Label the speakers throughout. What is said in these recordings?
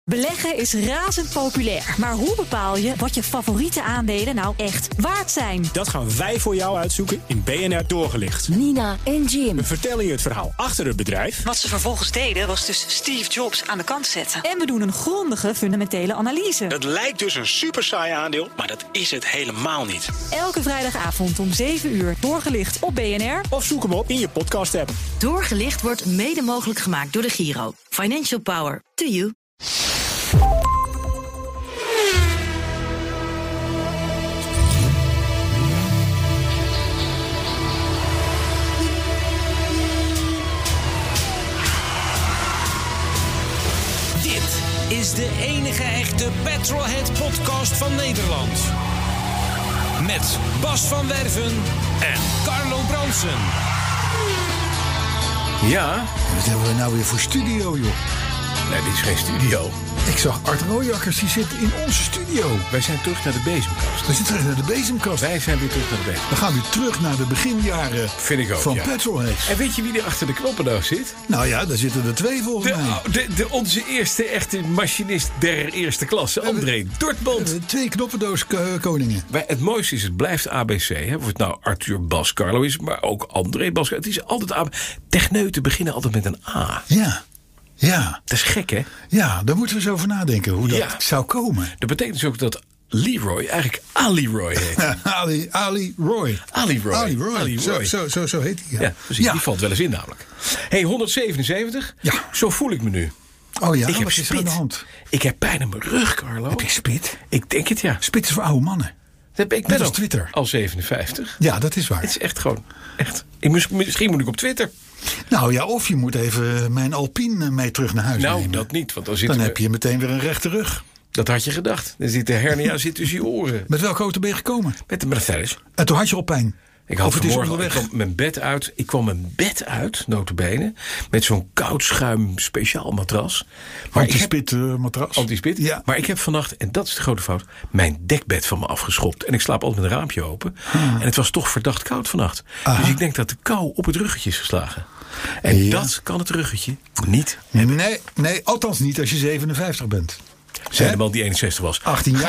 Speaker 1: Beleggen is razend populair. Maar hoe bepaal je wat je favoriete aandelen nou echt waard zijn?
Speaker 2: Dat gaan wij voor jou uitzoeken in BNR Doorgelicht.
Speaker 3: Nina en Jim.
Speaker 2: We vertellen je het verhaal achter het bedrijf.
Speaker 1: Wat ze vervolgens deden was dus Steve Jobs aan de kant zetten. En we doen een grondige fundamentele analyse.
Speaker 2: Het lijkt dus een super saai aandeel, maar dat is het helemaal niet.
Speaker 1: Elke vrijdagavond om 7 uur Doorgelicht op BNR.
Speaker 2: Of zoek hem op in je podcast-app.
Speaker 3: Doorgelicht wordt mede mogelijk gemaakt door de Giro. Financial power to you.
Speaker 4: Is de enige echte Petrolhead-podcast van Nederland. Met Bas van Werven en Carlo Bronsen.
Speaker 5: Ja?
Speaker 6: Wat hebben we nou weer voor studio, joh?
Speaker 5: Nee, dit is geen studio.
Speaker 6: Ik zag Art Rooijakkers, die zit in onze studio.
Speaker 5: Wij zijn terug naar de bezemkast.
Speaker 6: We zitten terug naar de bezemkast.
Speaker 5: Wij zijn weer terug naar de bezemkast.
Speaker 6: We gaan weer terug naar de beginjaren
Speaker 5: Vind ik ook,
Speaker 6: van
Speaker 5: ja.
Speaker 6: Petrolheads.
Speaker 5: En weet je wie er achter de knoppen nou zit?
Speaker 6: Nou ja, daar zitten er 2 volgens mij.
Speaker 5: Onze eerste echte machinist der eerste klasse, André Dortmund.
Speaker 6: 2 knoppendoos koningen.
Speaker 5: Het mooiste is, het blijft ABC. Hè? Of het nou Arthur Bas Carlo is, maar ook André Bas. Het is altijd ABC. Techneuten beginnen altijd met een A.
Speaker 6: Ja. Ja.
Speaker 5: Dat is gek, hè?
Speaker 6: Ja, daar moeten we eens over nadenken hoe dat zou komen.
Speaker 5: Dat betekent dus ook dat Leroy eigenlijk Ali Roy heet.
Speaker 6: Ali Roy.
Speaker 5: Ali Roy.
Speaker 6: Ali Roy.
Speaker 5: Ali Roy.
Speaker 6: Zo heet hij.
Speaker 5: Ja, precies. Die valt wel eens in namelijk. Hey, 177.
Speaker 6: Ja.
Speaker 5: Zo voel ik me nu.
Speaker 6: Oh ja,
Speaker 5: ik heb
Speaker 6: wat is er aan de hand?
Speaker 5: Ik heb pijn in mijn rug, Carlo.
Speaker 6: Heb je spit?
Speaker 5: Ik denk het, ja.
Speaker 6: Spit is voor oude mannen.
Speaker 5: Ik ben
Speaker 6: Net als
Speaker 5: ook
Speaker 6: Twitter.
Speaker 5: al 57.
Speaker 6: Ja, dat is waar.
Speaker 5: Het is echt gewoon, echt. Misschien moet ik op Twitter.
Speaker 6: Nou ja, of je moet even mijn Alpine mee terug naar huis nemen.
Speaker 5: Nou, dat niet, want
Speaker 6: dan heb je meteen weer een rechte rug.
Speaker 5: Dat had je gedacht. Dan zit de hernia zit tussen je oren.
Speaker 6: Met welke auto ben je gekomen?
Speaker 5: Met de Mercedes.
Speaker 6: En toen had je al pijn.
Speaker 5: Ik had
Speaker 6: vanmorgen
Speaker 5: ik kwam mijn bed uit, nota bene, met zo'n koud schuim speciaal matras.
Speaker 6: Anti-spit matras.
Speaker 5: Anti-spit.
Speaker 6: Ja.
Speaker 5: Maar ik heb vannacht, en dat is de grote fout, mijn dekbed van me afgeschopt. En ik slaap altijd met een raampje open. En het was toch verdacht koud vannacht.
Speaker 6: Aha.
Speaker 5: Dus ik denk dat de kou op het ruggetje is geslagen. En dat kan het ruggetje niet hebben.
Speaker 6: Nee, althans niet als je 57 bent.
Speaker 5: Zei de man die 61 was.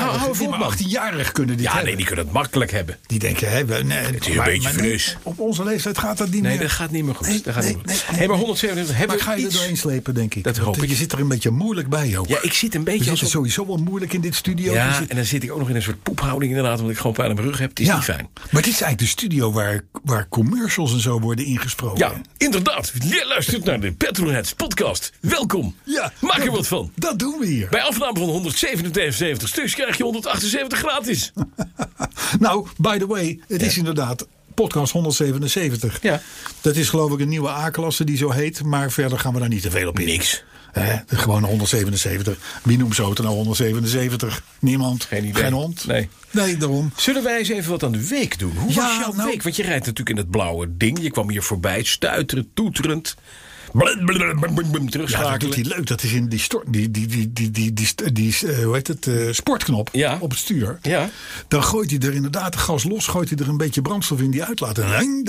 Speaker 6: 18-jarig kunnen dit hebben.
Speaker 5: Nee, die kunnen het makkelijk hebben.
Speaker 6: Die denken,
Speaker 5: het is een beetje fris.
Speaker 6: Op onze leeftijd gaat dat niet meer.
Speaker 5: Nee, dat gaat niet meer goed.
Speaker 6: Nee,
Speaker 5: maar 177 hebben
Speaker 6: maar ga je er doorheen slepen, denk ik.
Speaker 5: Dat hoop ik.
Speaker 6: Je zit er een beetje moeilijk bij, joh.
Speaker 5: Ja, ik zit een beetje...
Speaker 6: We zitten sowieso wel moeilijk in dit studio.
Speaker 5: Ja, en dan zit ik ook nog in een soort poephouding inderdaad, omdat ik gewoon pijn aan mijn rug heb. Het is niet fijn.
Speaker 6: Maar dit is eigenlijk de studio waar commercials en zo worden ingesproken.
Speaker 5: Ja, inderdaad. Je luistert naar de Petrolheads podcast. Welkom.
Speaker 6: Ja,
Speaker 5: maak er wat van.
Speaker 6: Dat doen we hier.
Speaker 5: Bij afname van 177 stuks krijg je 178 gratis.
Speaker 6: Nou, by the way, het is inderdaad podcast 177.
Speaker 5: Ja.
Speaker 6: Dat is geloof ik een nieuwe A-klasse die zo heet. Maar verder gaan we daar niet te veel op in.
Speaker 5: Niks.
Speaker 6: Gewoon 177. Wie noemt zo nou 177? Niemand.
Speaker 5: Geen idee.
Speaker 6: Geen hond.
Speaker 5: Nee,
Speaker 6: daarom.
Speaker 5: Zullen wij eens even wat aan de week doen? Hoe was jouw week? Want je rijdt natuurlijk in het blauwe ding. Je kwam hier voorbij, stuiterend, toeterend.
Speaker 6: Ja, dat doet hij leuk. Dat is in die hoe heet het, sportknop op het stuur.
Speaker 5: Ja.
Speaker 6: Dan gooit hij er inderdaad gas los. Gooit hij er een beetje brandstof in die uitlaat. En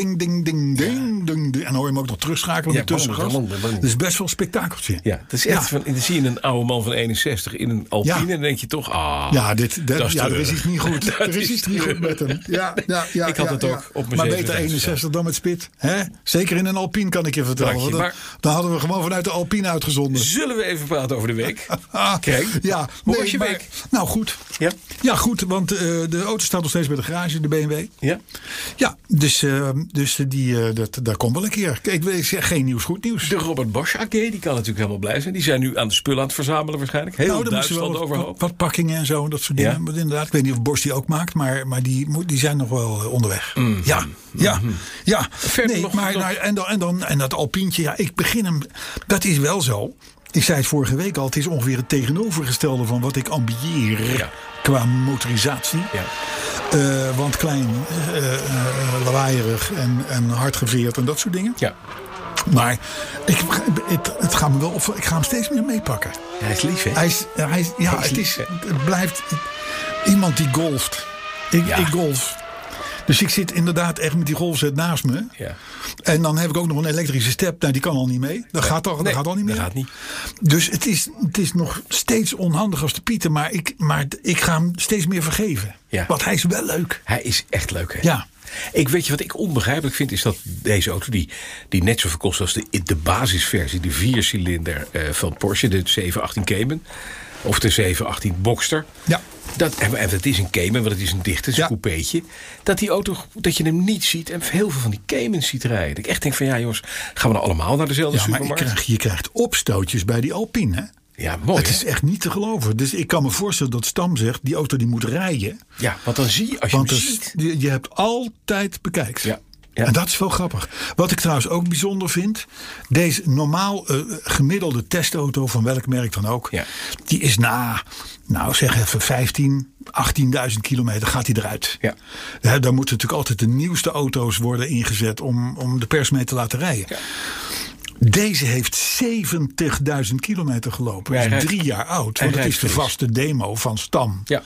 Speaker 6: dan hoor je hem ook nog terugschakelen met tussengas. Dat is best wel een spektakeltje.
Speaker 5: Ja, dat is echt van, dan zie je een oude man van 61 in een Alpine en dan denk je toch,
Speaker 6: er is iets niet goed. Er is iets niet goed met hem. Ja,
Speaker 5: ik had het ook op mijn
Speaker 6: maar beter 61 dan met spit. Hè? Zeker in een Alpine kan ik je vertellen. Dan hadden we gewoon vanuit de Alpine uitgezonden.
Speaker 5: Zullen we even praten over de week? Kijk,
Speaker 6: hoe
Speaker 5: was je week?
Speaker 6: Nou goed. Ja, goed, want de auto staat nog steeds bij de garage, de BMW. Ja, dus daar komt wel een keer. Ik zeg geen nieuws, goed nieuws.
Speaker 5: De Robert Bosch AG, die kan natuurlijk helemaal blij zijn. Die zijn nu aan de spullen aan het verzamelen waarschijnlijk. Heel Duitsland overhoop.
Speaker 6: Wat pakkingen en zo en dat soort dingen. Maar inderdaad, ik weet niet of Bosch die ook maakt, maar die zijn nog wel onderweg. Ja. Nee, maar en dat Alpientje, ik begin hem. Dat is wel zo. Ik zei het vorige week al, het is ongeveer het tegenovergestelde van wat ik ambieer qua motorisatie. Ja. Want klein, lawaaierig en hardgeveerd en dat soort dingen. Ja. Maar het gaat me wel op. Ik ga hem steeds meer meepakken.
Speaker 5: Hij is lief, hè?
Speaker 6: Het blijft iemand die golft. Ik golf. Dus ik zit inderdaad echt met die golfset naast me.
Speaker 5: Ja.
Speaker 6: En dan heb ik ook nog een elektrische step. Nou, die kan al niet mee. Dat gaat al niet meer.
Speaker 5: Dat gaat niet.
Speaker 6: Dus het is nog steeds onhandig als de Pieter. Maar ik ga hem steeds meer vergeven.
Speaker 5: Ja.
Speaker 6: Want hij is wel leuk.
Speaker 5: Hij is echt leuk, hè?
Speaker 6: Ja.
Speaker 5: Weet je wat ik onbegrijpelijk vind? Is dat deze auto die net zoveel kost als de basisversie. De 4-cilinder van Porsche. De 718 Cayman. Of de 718 Boxster. Ja. En het is een Cayman, want het is een dichte, een coupeetje. Dat die auto, dat je hem niet ziet. En heel veel van die Caymans ziet rijden. Dat ik echt denk van ja jongens, gaan we nou allemaal naar dezelfde supermarkt?
Speaker 6: Maar je krijgt opstootjes bij die Alpine, hè?
Speaker 5: Ja, mooi.
Speaker 6: Het is echt niet te geloven. Dus ik kan me voorstellen dat Stam zegt, die auto die moet rijden.
Speaker 5: Ja, want dan zie je, als je hem ziet.
Speaker 6: Je hebt altijd bekijks.
Speaker 5: Ja. Ja.
Speaker 6: En dat is wel grappig. Wat ik trouwens ook bijzonder vind. Deze normaal gemiddelde testauto van welk merk dan ook. Ja. Die is zeg even 15.000, 18.000 kilometer gaat die eruit. Ja. Daar moeten natuurlijk altijd de nieuwste auto's worden ingezet om de pers mee te laten rijden. Ja. Deze heeft 70.000 kilometer gelopen. Hij is 3 jaar oud. Want het is de vaste demo van Stam. Ja.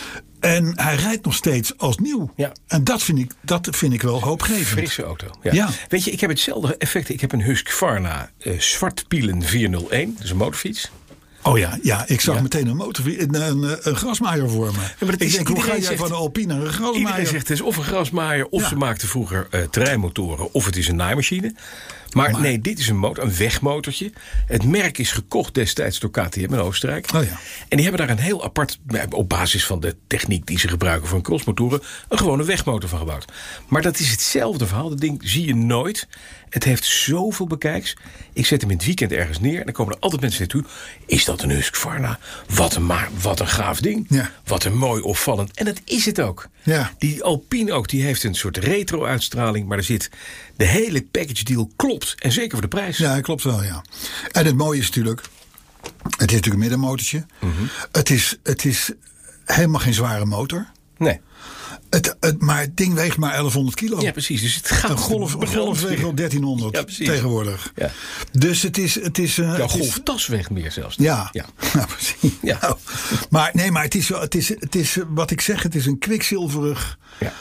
Speaker 6: En hij rijdt nog steeds als nieuw. Ja. En dat vind ik wel hoopgevend.
Speaker 5: Frisse auto. Ja. Ja. Weet je, ik heb hetzelfde effect. Ik heb een Husqvarna Zwartpielen 401. Dat is een motorfiets.
Speaker 6: Oh ja, ik zag meteen een grasmaaier voor me. Ja, maar ik denk, hoe ga jij van een Alpine naar een grasmaaier?
Speaker 5: Iedereen zegt, het is of een grasmaaier, of ze maakten vroeger terreinmotoren, of het is een naaimachine. Maar nee, dit is een wegmotortje. Het merk is gekocht destijds door KTM in Oostenrijk. Oh ja. En die hebben daar een heel apart, op basis van de techniek die ze gebruiken voor een crossmotoren, een gewone wegmotor van gebouwd. Maar dat is hetzelfde verhaal. Dat ding zie je nooit. Het heeft zoveel bekijks. Ik zet hem in het weekend ergens neer en dan komen er altijd mensen naartoe. Is dat een Husqvarna? Wat een gaaf ding. Ja. Wat een mooi opvallend. En dat is het ook. Ja. Die Alpine ook, die heeft een soort retro-uitstraling. Maar er zit de hele package deal klopt. En zeker voor de prijs.
Speaker 6: Ja, klopt wel, ja. En het mooie is natuurlijk, het is natuurlijk een middenmotortje. Mm-hmm. Het is helemaal geen zware motor.
Speaker 5: Nee.
Speaker 6: Maar het ding weegt maar 1100 kilo.
Speaker 5: Ja, precies. Dus het gaat
Speaker 6: een golf weegt al 1300 tegenwoordig. Ja. Dus het is
Speaker 5: jouw golftas weegt meer zelfs.
Speaker 6: Ja, precies. Ja. Nou, maar het is wat ik zeg, het is een kwikzilverig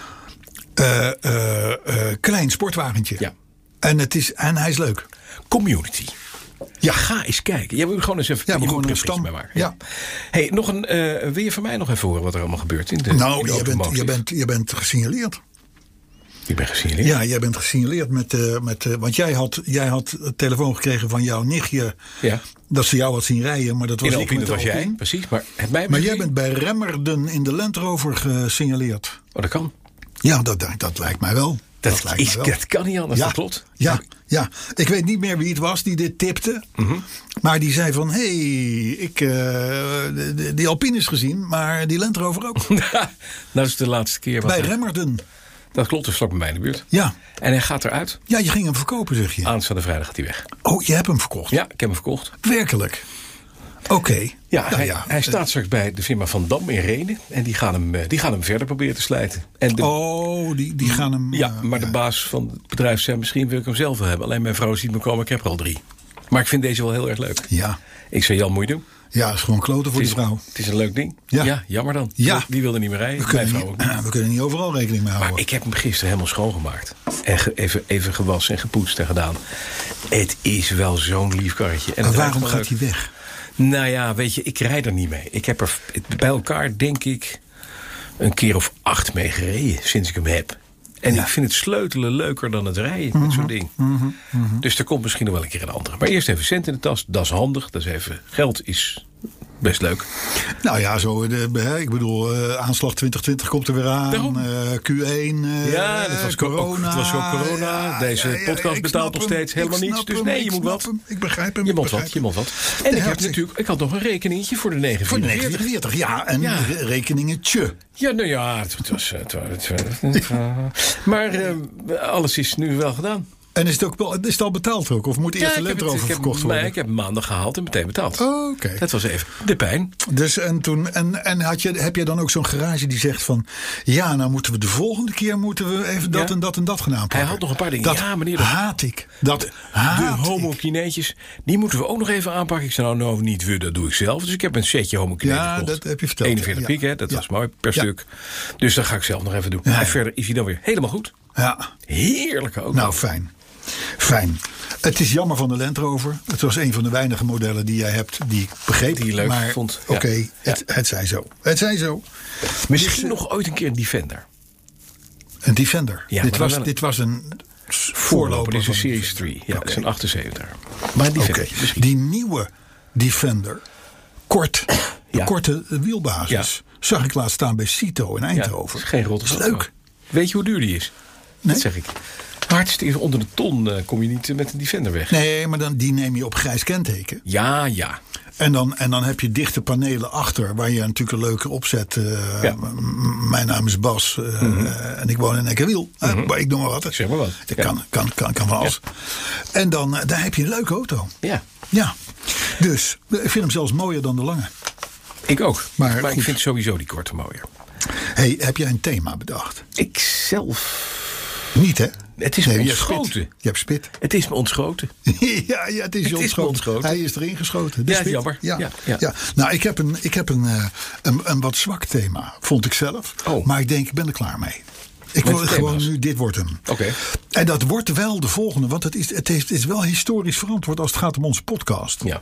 Speaker 6: klein sportwagentje. Ja. En hij is leuk.
Speaker 5: Community. Ja, ga eens kijken. Je moet gewoon eens even
Speaker 6: een Stam
Speaker 5: bij maken. Ja. Hey, wil je van mij nog even horen wat er allemaal gebeurt in de
Speaker 6: je bent gesignaleerd.
Speaker 5: Ik ben gesignaleerd?
Speaker 6: Ja, jij bent gesignaleerd met want jij had telefoon gekregen van jouw nichtje. Ja. Dat ze jou had zien rijden, maar dat was
Speaker 5: ik met de Alpine. Jij, precies. Maar
Speaker 6: jij bent bij Remmerden in de Land Rover gesignaleerd.
Speaker 5: Oh, dat kan.
Speaker 6: Ja, dat lijkt mij wel.
Speaker 5: Dat kan niet anders, dat klopt.
Speaker 6: Ja, ik weet niet meer wie het was die dit tipte. Mm-hmm. Maar die zei van, die Alpine is gezien, maar die Land Rover ook.
Speaker 5: Dat is de laatste keer.
Speaker 6: Bij Remmerden.
Speaker 5: Dat klopt, dus vlak bij mij in de buurt.
Speaker 6: Ja.
Speaker 5: En hij gaat eruit.
Speaker 6: Ja, je ging hem verkopen, zeg je.
Speaker 5: Aanstaande vrijdag gaat hij weg.
Speaker 6: Oh, je hebt hem verkocht?
Speaker 5: Ja, ik heb hem verkocht.
Speaker 6: Werkelijk? Oké.
Speaker 5: Ja, hij staat straks bij de firma Van Dam in Renen. En die gaan hem verder proberen te slijten. En
Speaker 6: die gaan hem...
Speaker 5: Ja, maar de baas van het bedrijf zei, misschien wil ik hem zelf wel hebben. Alleen mijn vrouw ziet me komen, ik heb er al 3. Maar ik vind deze wel heel erg leuk. Ja. Ik zei, Jan, moet je doen.
Speaker 6: Ja, het is gewoon kloten voor die vrouw.
Speaker 5: Het is een leuk ding. Ja, jammer dan. Ja. Die wilde niet meer rijden.
Speaker 6: We kunnen niet overal rekening mee houden.
Speaker 5: Maar ik heb hem gisteren helemaal schoongemaakt. En even gewassen en gepoetst en gedaan. Het is wel zo'n lief karretje. En
Speaker 6: maar waarom gaat hij weg?
Speaker 5: Nou ja, weet je, ik rijd er niet mee. Ik heb er bij elkaar, denk ik, een keer of 8 mee gereden sinds ik hem heb. En ik vind het sleutelen leuker dan het rijden met zo'n ding. Mm-hmm. Dus er komt misschien nog wel een keer een andere. Maar eerst even cent in de tas, dat is handig. Dat is even, geld is best leuk.
Speaker 6: Nou ja, ik bedoel, aanslag 2020 komt er weer aan. Q1,
Speaker 5: dat was corona. Het was ook corona. Deze podcast betaalt nog steeds helemaal niets. Dus nee, je moet wat.
Speaker 6: Ik begrijp hem.
Speaker 5: Je moet wat. En ik had nog een rekeningetje voor de 944.
Speaker 6: Voor de 944, ja. Een rekeningetje.
Speaker 5: Ja, nou ja, het was maar alles is nu wel gedaan.
Speaker 6: En is het al betaald ook? Of moet eerst de Land Rover verkocht worden?
Speaker 5: Nee, ik heb hem maandag gehaald en meteen betaald.
Speaker 6: Oh, oké.
Speaker 5: Dat was even de pijn.
Speaker 6: Dus heb je dan ook zo'n garage die zegt van... ja, nou moeten we de volgende keer even dat en dat en dat gaan aanpakken.
Speaker 5: Hij had nog een paar dingen.
Speaker 6: Dat meneer, haat ik. De
Speaker 5: homokineetjes, die moeten we ook nog even aanpakken. Ik zei nou niet dat doe ik zelf. Dus ik heb een setje homokineetjes gekocht.
Speaker 6: Dat heb je verteld.
Speaker 5: 41 piek, hè? Dat was mooi per stuk. Dus dat ga ik zelf nog even doen. En verder is hij dan weer helemaal goed.
Speaker 6: Ja.
Speaker 5: Heerlijke auto.
Speaker 6: Nou, fijn. Het is jammer van de Land Rover. Het was een van de weinige modellen die jij hebt die ik begreep.
Speaker 5: Die je leuk vond.
Speaker 6: Oké, het zij zo. Het zij zo.
Speaker 5: Misschien nog ooit een keer een Defender.
Speaker 6: Een Defender?
Speaker 5: Ja,
Speaker 6: dit was een voorloper.
Speaker 5: Dit is een Series 3. Ja, dat is een 78.
Speaker 6: Maar die nieuwe Defender, korte wielbasis, zag ik laatst staan bij Cito in Eindhoven.
Speaker 5: Dat is geen rotte
Speaker 6: dat is leuk.
Speaker 5: Weet je hoe duur die is?
Speaker 6: Nee?
Speaker 5: Dat zeg ik. Hartstikke onder de ton kom je niet met een Defender weg.
Speaker 6: Nee, maar die neem je op grijs kenteken.
Speaker 5: Ja.
Speaker 6: En dan heb je dichte panelen achter waar je natuurlijk een leuke opzet. Mijn naam is Bas en ik woon in Eckerwiel. Ik noem maar wat.
Speaker 5: Zeg maar wat.
Speaker 6: Dat kan van alles. Ja. En dan daar heb je een leuke auto.
Speaker 5: Ja.
Speaker 6: Dus ik vind hem zelfs mooier dan de lange.
Speaker 5: Ik ook. Maar ik vind sowieso die korte mooier.
Speaker 6: Hey, heb jij een thema bedacht?
Speaker 5: Ik zelf...
Speaker 6: Niet, hè?
Speaker 5: Het is me ontschoten.
Speaker 6: Je hebt spit.
Speaker 5: Het is me ontschoten.
Speaker 6: ja, het is je ontschoten. Hij is erin geschoten.
Speaker 5: Ja, jammer.
Speaker 6: Ja. Nou, ik heb een wat zwak thema, vond ik zelf.
Speaker 5: Oh.
Speaker 6: Maar ik denk, ik ben er klaar mee. Ik wil gewoon nu, dit wordt hem.
Speaker 5: Oké.
Speaker 6: En dat wordt wel de volgende, want het is wel historisch verantwoord als het gaat om onze podcast.
Speaker 5: Ja.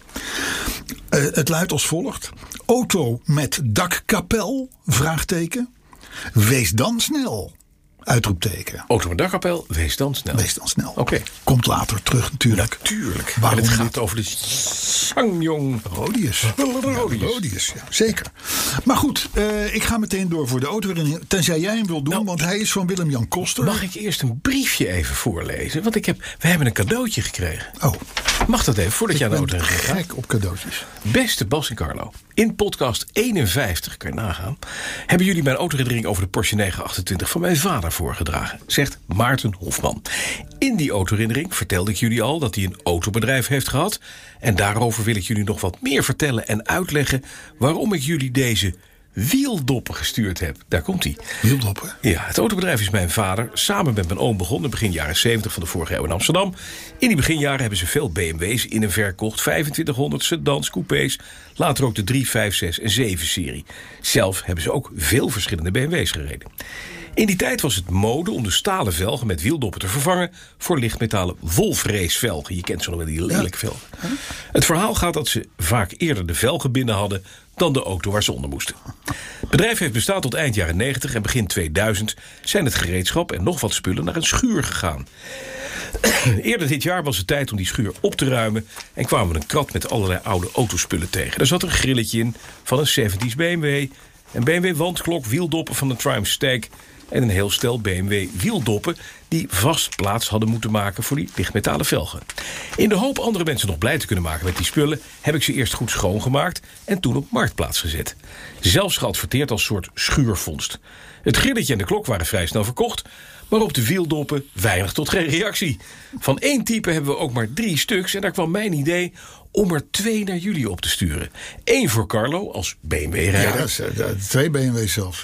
Speaker 6: Het luidt als volgt. Auto met dakkapel, vraagteken. Wees dan snel. Uitroepteken.
Speaker 5: Auto met dakkapel, wees dan snel.
Speaker 6: Wees dan snel.
Speaker 5: Oké.
Speaker 6: Komt later terug natuurlijk.
Speaker 5: Natuurlijk.
Speaker 6: Waarom
Speaker 5: het gaat over de Sangyong
Speaker 6: Rodius. Rodius, ja, zeker. Maar goed, ik ga meteen door voor de autoherinnering. Tenzij jij hem wil doen, want hij is van Willem-Jan Koster.
Speaker 5: Mag ik eerst een briefje even voorlezen? Want we hebben een cadeautje gekregen.
Speaker 6: Oh.
Speaker 5: Mag dat even, voordat je aan de auto gaat?
Speaker 6: Gek op cadeautjes.
Speaker 5: Beste Bas en Carlo. In podcast 51, kan je nagaan, hebben jullie mijn autoherinnering over de Porsche 928 van mijn vader voorgedragen, zegt Maarten Hofman. In die autoherinnering vertelde ik jullie al dat hij een autobedrijf heeft gehad. En daarover wil ik jullie nog wat meer vertellen en uitleggen waarom ik jullie deze wieldoppen gestuurd heb. Daar komt hij.
Speaker 6: Wieldoppen?
Speaker 5: Ja, het autobedrijf is mijn vader samen met mijn oom begonnen begin jaren 70 van de vorige eeuw in Amsterdam. In die beginjaren hebben ze veel BMW's in en verkocht. 2500 sedans, coupés. Later ook de 3, 5, 6 en 7 serie. Zelf hebben ze ook veel verschillende BMW's gereden. In die tijd was het mode om de stalen velgen met wieldoppen te vervangen voor lichtmetalen wolfracevelgen. Je kent zo nog wel die lelijke velgen. Het verhaal gaat dat ze vaak eerder de velgen binnen hadden dan de auto waar ze onder moesten. Het bedrijf heeft bestaan tot eind jaren 90 en begin 2000 zijn het gereedschap en nog wat spullen naar een schuur gegaan. Eerder dit jaar was het tijd om die schuur op te ruimen en kwamen we een krat met allerlei oude autospullen tegen. Er zat een grilletje in van een 70s BMW, een BMW wandklok, wieldoppen van een Triumph Stag en een heel stel BMW wieldoppen die vast plaats hadden moeten maken voor die lichtmetalen velgen. In de hoop andere mensen nog blij te kunnen maken met die spullen heb ik ze eerst goed schoongemaakt en toen op marktplaats gezet. Zelfs geadverteerd als soort schuurvondst. Het grilletje en de klok waren vrij snel verkocht, maar op de wieldoppen weinig tot geen reactie. Van één type hebben we ook maar 3 stuks en daar kwam mijn idee om er 2 naar jullie op te sturen. 1 voor Carlo als BMW-rijder.
Speaker 6: Ja, 2 BMW's zelfs.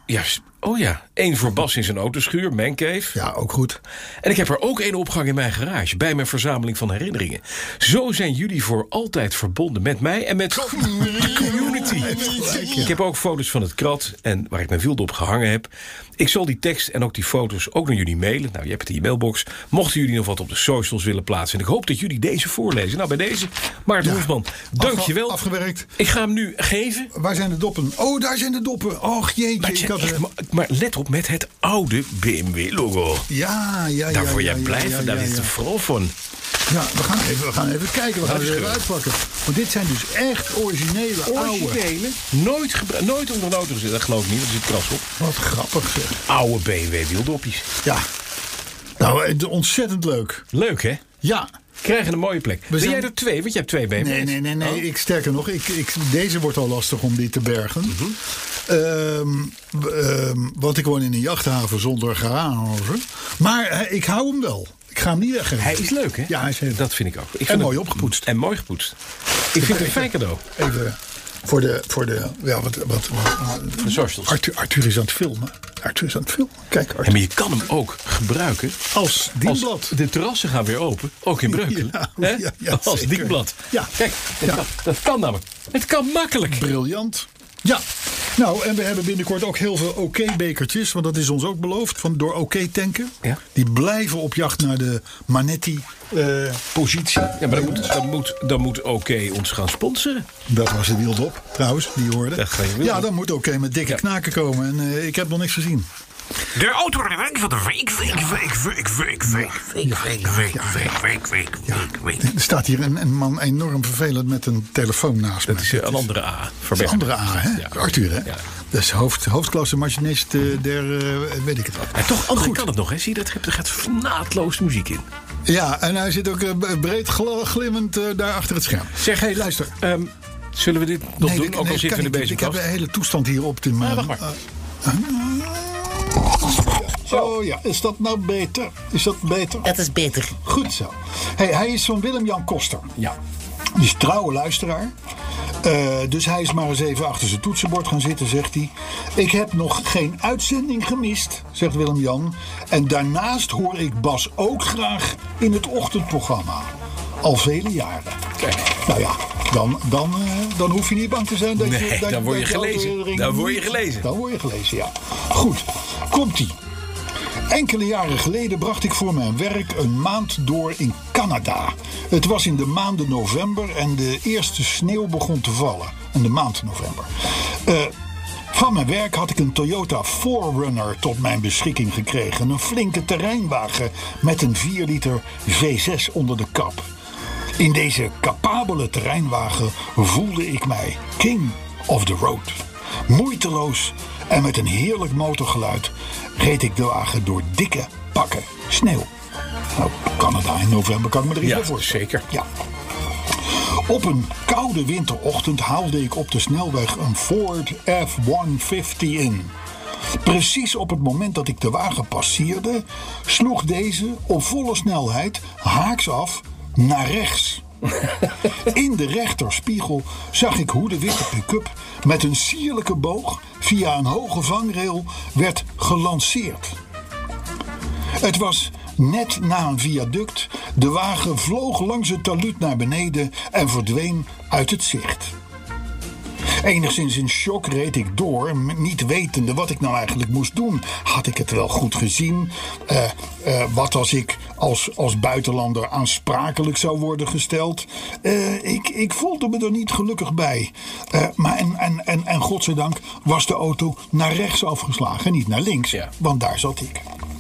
Speaker 5: 1 voor Bas in zijn autoschuur, Mancave.
Speaker 6: Ja, ook goed.
Speaker 5: En ik heb er ook 1 opgang in mijn garage, bij mijn verzameling van herinneringen. Zo zijn jullie voor altijd verbonden met mij en met de community. Ik heb ook foto's van het krat en waar ik mijn wield op gehangen heb. Ik zal die tekst en ook die foto's ook naar jullie mailen. Nou, je hebt het in je mailbox. Mochten jullie nog wat op de socials willen plaatsen. En ik hoop dat jullie deze voorlezen. Nou, bij deze, Maarten Hofman, dankjewel.
Speaker 6: Afgewerkt.
Speaker 5: Ik ga hem nu geven.
Speaker 6: Waar zijn de doppen? Oh, daar zijn de doppen. Och, jeetje.
Speaker 5: Maar let op, met het oude BMW-logo.
Speaker 6: Ja.
Speaker 5: Daar word jij blij van, daar is de vrouw van.
Speaker 6: Ja, we gaan even kijken. We gaan ze even uitpakken. Want dit zijn dus echt originele oude.
Speaker 5: Nooit onder een auto gezet. Dat geloof ik niet, want er zit kras op.
Speaker 6: Wat grappig zeg.
Speaker 5: Oude BMW wieldopjes.
Speaker 6: Ja. Nou, ontzettend leuk.
Speaker 5: Leuk, hè?
Speaker 6: Ja.
Speaker 5: Krijgen een mooie plek. Ben jij er 2? Want je hebt 2 BMW's.
Speaker 6: Nee. Oh. Sterker nog, deze wordt al lastig om die te bergen. Want ik woon in een jachthaven zonder garage. Maar ik hou hem wel. Ik ga hem niet weggeven.
Speaker 5: Hij is leuk, hè?
Speaker 6: Ja, hij is heel...
Speaker 5: Dat vind ik ook.
Speaker 6: En mooi opgepoetst.
Speaker 5: En mooi gepoetst. Ik vind het een fijn cadeau.
Speaker 6: Even voor de ja, wat
Speaker 5: de socials.
Speaker 6: Arthur is aan het filmen. Kijk, Arthur.
Speaker 5: Ja, maar je kan hem ook gebruiken
Speaker 6: als dienblad.
Speaker 5: De terrassen gaan weer open, ook in Breukelen.
Speaker 6: Ja,
Speaker 5: als
Speaker 6: zeker.
Speaker 5: dienblad.
Speaker 6: Ja.
Speaker 5: Kijk, dat kan namelijk. Het kan makkelijk.
Speaker 6: Briljant. Ja, nou, en we hebben binnenkort ook heel veel OK-bekertjes. Want dat is ons ook beloofd door OK-tanken. Ja. Die blijven op jacht naar de Manetti-positie.
Speaker 5: Ja, maar dan moet OK ons gaan sponsoren.
Speaker 6: Dat was het wild op, trouwens, die je hoorde.
Speaker 5: Ja,
Speaker 6: dan moet OK met dikke knaken komen. En ik heb nog niks gezien.
Speaker 7: De autoreving van de week.
Speaker 6: Er staat hier een man enorm vervelend met een telefoon naast me.
Speaker 5: Dat is een andere A.
Speaker 6: Een andere A, hè? Ja. Arthur, hè? Ja. Dat is hoofdklasse machinist der, weet ik het wat.
Speaker 5: En toch, André kan het nog, hè? Zie je, er gaat naadloos muziek in.
Speaker 6: Ja, en hij zit ook breed glimmend daar achter het scherm.
Speaker 5: Zeg, hey, luister. Zullen we dit nog doen? Ook al zitten we in deze kast.
Speaker 6: Ik heb een hele toestand hier op de...
Speaker 5: wacht maar.
Speaker 6: Oh ja, is dat nou beter?
Speaker 3: Dat is beter.
Speaker 6: Goed zo. Hey, hij is van Willem-Jan Koster.
Speaker 5: Ja.
Speaker 6: Die is trouwe luisteraar. Dus hij is maar eens even achter zijn toetsenbord gaan zitten, zegt hij. Ik heb nog geen uitzending gemist, zegt Willem-Jan. En daarnaast hoor ik Bas ook graag in het ochtendprogramma. Al vele jaren.
Speaker 5: Kijk.
Speaker 6: Nou ja, dan hoef je niet bang te zijn.
Speaker 5: Dan word je gelezen. Dan word je gelezen,
Speaker 6: ja. Goed, komt-ie. Enkele jaren geleden bracht ik voor mijn werk een maand door in Canada. Het was in de maanden november en de eerste sneeuw begon te vallen. In de maand november. Van mijn werk had ik een Toyota 4Runner tot mijn beschikking gekregen. Een flinke terreinwagen met een 4 liter V6 onder de kap. In deze capabele terreinwagen voelde ik mij king of the road. Moeiteloos en met een heerlijk motorgeluid reed ik de wagen door dikke pakken sneeuw. Nou, Canada in november kan ik me er iets bij voorstellen.
Speaker 5: Zeker.
Speaker 6: Ja. Op een koude winterochtend haalde ik op de snelweg een Ford F-150 in. Precies op het moment dat ik de wagen passeerde, sloeg deze op volle snelheid haaks af naar rechts. In de rechterspiegel zag ik hoe de witte pick-up met een sierlijke boog via een hoge vangrail werd gelanceerd. Het was net na een viaduct. De wagen vloog langs het talud naar beneden en verdween uit het zicht. Enigszins in shock reed ik door, niet wetende wat ik nou eigenlijk moest doen. Had ik het wel goed gezien? Wat als ik als buitenlander aansprakelijk zou worden gesteld? Ik voelde me er niet gelukkig bij. En godzijdank was de auto naar rechts afgeslagen, niet naar links. Want daar zat ik.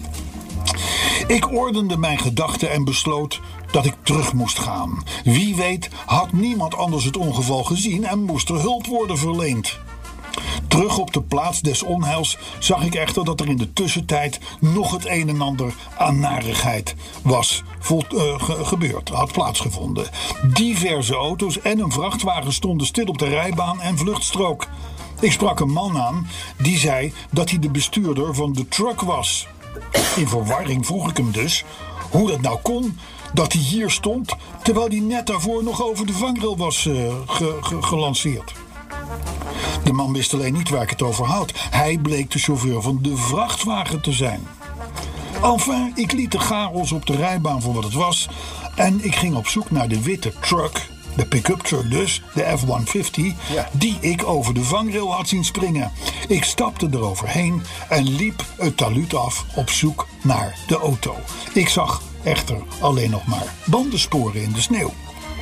Speaker 6: Ik ordende mijn gedachten en besloot dat ik terug moest gaan. Wie weet had niemand anders het ongeval gezien en moest er hulp worden verleend. Terug op de plaats des onheils zag ik echter dat er in de tussentijd nog het een en ander aan narigheid was gebeurd, had plaatsgevonden. Diverse auto's en een vrachtwagen stonden stil op de rijbaan en vluchtstrook. Ik sprak een man aan die zei dat hij de bestuurder van de truck was. In verwarring vroeg ik hem dus hoe dat nou kon dat hij hier stond terwijl hij net daarvoor nog over de vangrail was gelanceerd. De man wist alleen niet waar ik het over had. Hij bleek de chauffeur van de vrachtwagen te zijn. Enfin, ik liet de chaos op de rijbaan voor wat het was en ik ging op zoek naar de witte truck, de pick-up truck dus, de F-150, die ik over de vangrail had zien springen. Ik stapte eroverheen en liep het talud af op zoek naar de auto. Ik zag echter alleen nog maar bandensporen in de sneeuw.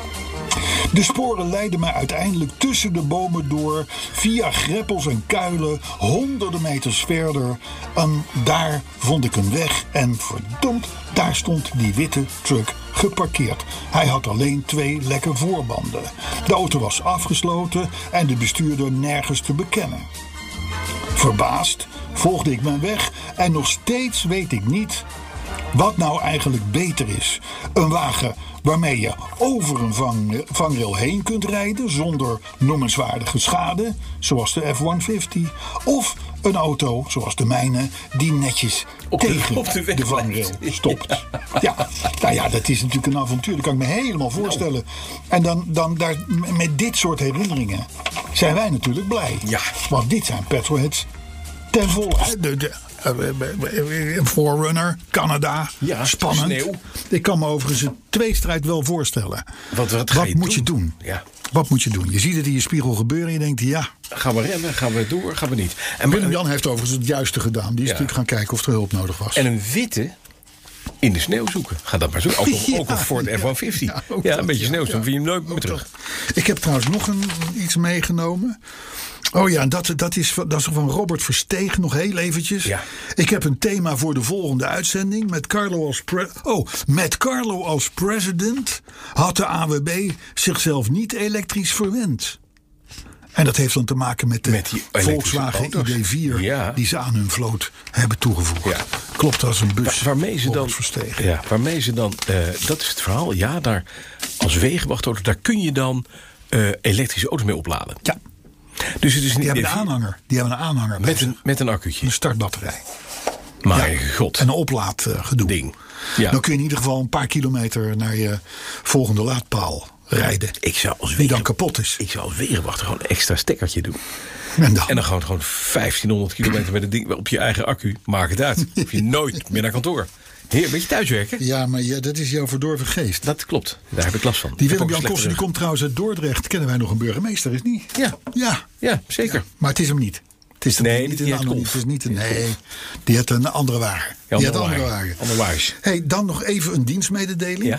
Speaker 6: De sporen leidden mij uiteindelijk tussen de bomen door, via greppels en kuilen, honderden meters verder. En daar vond ik een weg en verdomd, daar stond die witte truck geparkeerd. Hij had alleen 2 lekke voorbanden. De auto was afgesloten en de bestuurder nergens te bekennen. Verbaasd volgde ik mijn weg en nog steeds weet ik niet wat nou eigenlijk beter is. Een wagen waarmee je over een vangrail heen kunt rijden zonder noemenswaardige schade, zoals de F-150. Of een auto, zoals de mijne, die netjes tegen de vangrail stopt. Ja, nou ja, dat is natuurlijk een avontuur. Dat kan ik me helemaal voorstellen. En dan daar, met dit soort herinneringen zijn wij natuurlijk blij. Ja. Want dit zijn petrolheads ten volle. Forerunner, Canada, spannend. Sneeuw. Ik kan me overigens een tweestrijd wel voorstellen. Wat moet je doen? Ja. Wat moet je doen? Je ziet het in je spiegel gebeuren en je denkt, ja.
Speaker 5: Gaan we rennen? Gaan we door? Gaan we niet?
Speaker 6: En Willem-Jan heeft overigens het juiste gedaan. Die is natuurlijk gaan kijken of er hulp nodig was.
Speaker 5: En een witte in de sneeuw zoeken. Ga dat maar zoeken. Ook een Ford F-150. Ja, een beetje sneeuw, dan vind je hem nooit meer terug.
Speaker 6: Ik heb trouwens nog iets meegenomen. Oh ja, dat is van Robert Versteeg, nog heel eventjes. Ja. Ik heb een thema voor de volgende uitzending. Met Carlo als president had de AWB zichzelf niet elektrisch verwend. En dat heeft dan te maken met de Volkswagen ID4 die ze aan hun vloot hebben toegevoegd. Ja. Klopt, als een bus.
Speaker 5: Waarmee ze dan, dat is het verhaal. Ja, daar als wegenwachtauto, daar kun je dan elektrische auto's mee opladen.
Speaker 6: Ja.
Speaker 5: Dus het is
Speaker 6: die hebben een aanhanger.
Speaker 5: Met een accu'tje.
Speaker 6: Een startbatterij.
Speaker 5: Maar god.
Speaker 6: En een oplaadgedoe.
Speaker 5: Ding. Ja.
Speaker 6: Dan kun je in ieder geval een paar kilometer naar je volgende laadpaal rijden.
Speaker 5: Die
Speaker 6: dan kapot is.
Speaker 5: Ik zou als wegenwachter gewoon een extra stekkertje doen. En dan gewoon 1500 kilometer met het ding op je eigen accu. Maak het uit. Hoef je nooit meer naar kantoor. Heer, een beetje thuiswerken?
Speaker 6: Ja, maar dat is jouw verdorven geest.
Speaker 5: Dat klopt. Daar heb ik last van.
Speaker 6: Die Willem-Jan Kossen, die komt trouwens uit Dordrecht. Kennen wij nog een burgemeester, is niet?
Speaker 5: Ja, zeker. Ja,
Speaker 6: maar het is hem niet. Het is die had een andere wagen.
Speaker 5: Andere wagens.
Speaker 6: Hey, dan nog even een dienstmededeling.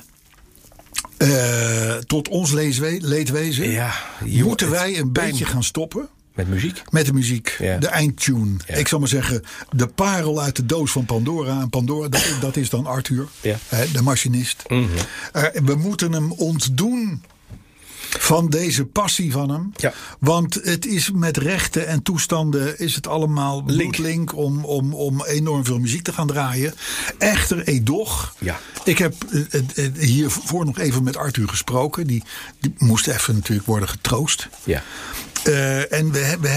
Speaker 6: Ja. Tot ons leedwezen. Ja, moeten wij een beetje gaan stoppen.
Speaker 5: Met muziek?
Speaker 6: Met de muziek. Ja. De eindtune. Ja. Ik zal maar zeggen, de parel uit de doos van Pandora. En Pandora, dat is dan Arthur. Ja. De machinist. Mm-hmm. We moeten hem ontdoen van deze passie van hem. Ja. Want het is met rechten en toestanden is het allemaal bloedlink om enorm veel muziek te gaan draaien. Echter, edoch. Ja. Ik heb hiervoor nog even met Arthur gesproken. Die moest even natuurlijk worden getroost. Ja. En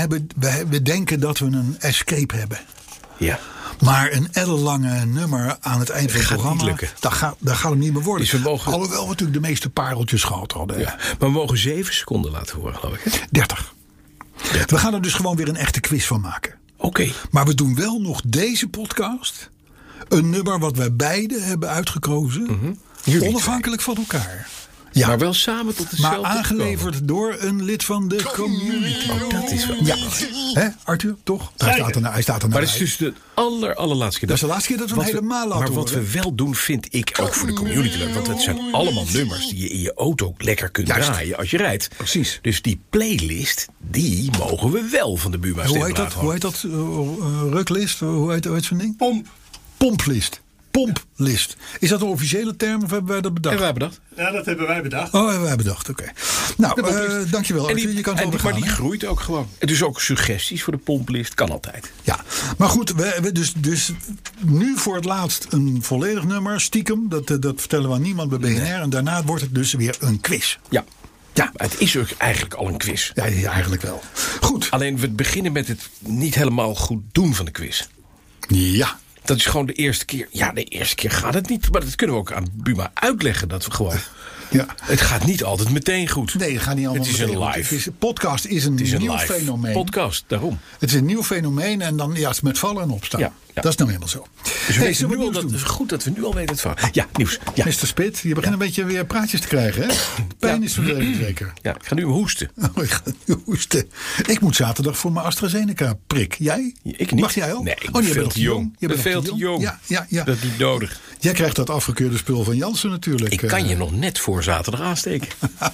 Speaker 6: we denken dat we een escape hebben. Ja. Maar een ellenlange nummer aan het eind van het programma, dat gaat hem niet meer worden. Dus alhoewel we natuurlijk de meeste pareltjes gehad hadden.
Speaker 5: Ja. Maar we mogen 7 seconden laten horen, geloof ik. Hè?
Speaker 6: 30. We gaan er dus gewoon weer een echte quiz van maken.
Speaker 5: Oké.
Speaker 6: Maar we doen wel nog deze podcast. Een nummer wat wij beiden hebben uitgekozen. Mm-hmm. Onafhankelijk van elkaar.
Speaker 5: Ja, maar wel samen tot hetzelfde.
Speaker 6: Maar aangeleverd door een lid van de community.
Speaker 5: Oh, dat is wel.
Speaker 6: Ja. Hè, Arthur, toch? Hij staat er
Speaker 5: maar dat is dus de allerlaatste keer.
Speaker 6: Dat is de laatste keer dat we hem helemaal laten
Speaker 5: horen. Maar wat we wel doen, vind ik ook voor de community leuk. Want het zijn allemaal nummers die je in je auto lekker kunt draaien als je rijdt.
Speaker 6: Precies.
Speaker 5: Dus die playlist, die mogen we wel van de Buma Stemraad.
Speaker 6: Hoe heet dat? Ruklist? Hoe heet zo'n ding? Pomplist. Pomplist. Is dat een officiële term of hebben wij dat bedacht?
Speaker 5: Hebben wij bedacht?
Speaker 7: Ja, dat hebben wij bedacht.
Speaker 6: Oh, hebben wij bedacht, oké. Nou, dankjewel Arthur. Je kan het wel
Speaker 5: maar die groeit ook gewoon. En dus ook suggesties voor de pomplist, kan altijd.
Speaker 6: Ja, maar goed, we dus nu voor het laatst een volledig nummer, stiekem. Dat vertellen we aan niemand bij BNR. Nee. En daarna wordt het dus weer een quiz.
Speaker 5: Ja. Ja, het is ook eigenlijk al een quiz.
Speaker 6: Ja, eigenlijk wel. Goed.
Speaker 5: Alleen we beginnen met het niet helemaal goed doen van de quiz.
Speaker 6: Ja.
Speaker 5: Dat is gewoon de eerste keer. Ja, de eerste keer gaat het niet. Maar dat kunnen we ook aan Buma uitleggen. Dat we gewoon. Ja. Het gaat niet altijd meteen goed.
Speaker 6: Nee, het gaat niet altijd
Speaker 5: meteen goed. Het is een live.
Speaker 6: Podcast is een nieuw fenomeen.
Speaker 5: Podcast, daarom.
Speaker 6: Het is een nieuw fenomeen en dan het met vallen en opstaan. Ja. Dat is nou helemaal zo.
Speaker 5: Dus het is goed dat we nu al weten het verhaal. Ja, nieuws. Ja.
Speaker 6: Mr. Spit, je begint een beetje weer praatjes te krijgen, hè? Pijn is verdwenen zeker.
Speaker 5: Ja, ik ga nu hoesten.
Speaker 6: Ik ga nu hoesten. Ik moet zaterdag voor mijn AstraZeneca-prik. Jij?
Speaker 5: Ik niet.
Speaker 6: Mag jij ook?
Speaker 5: Nee, ik ben veel te jong. Je bent veel te jong. Ja. Dat is niet nodig.
Speaker 6: Jij krijgt dat afgekeurde spul van Janssen natuurlijk.
Speaker 5: Ik kan je nog net voor zaterdag aansteken.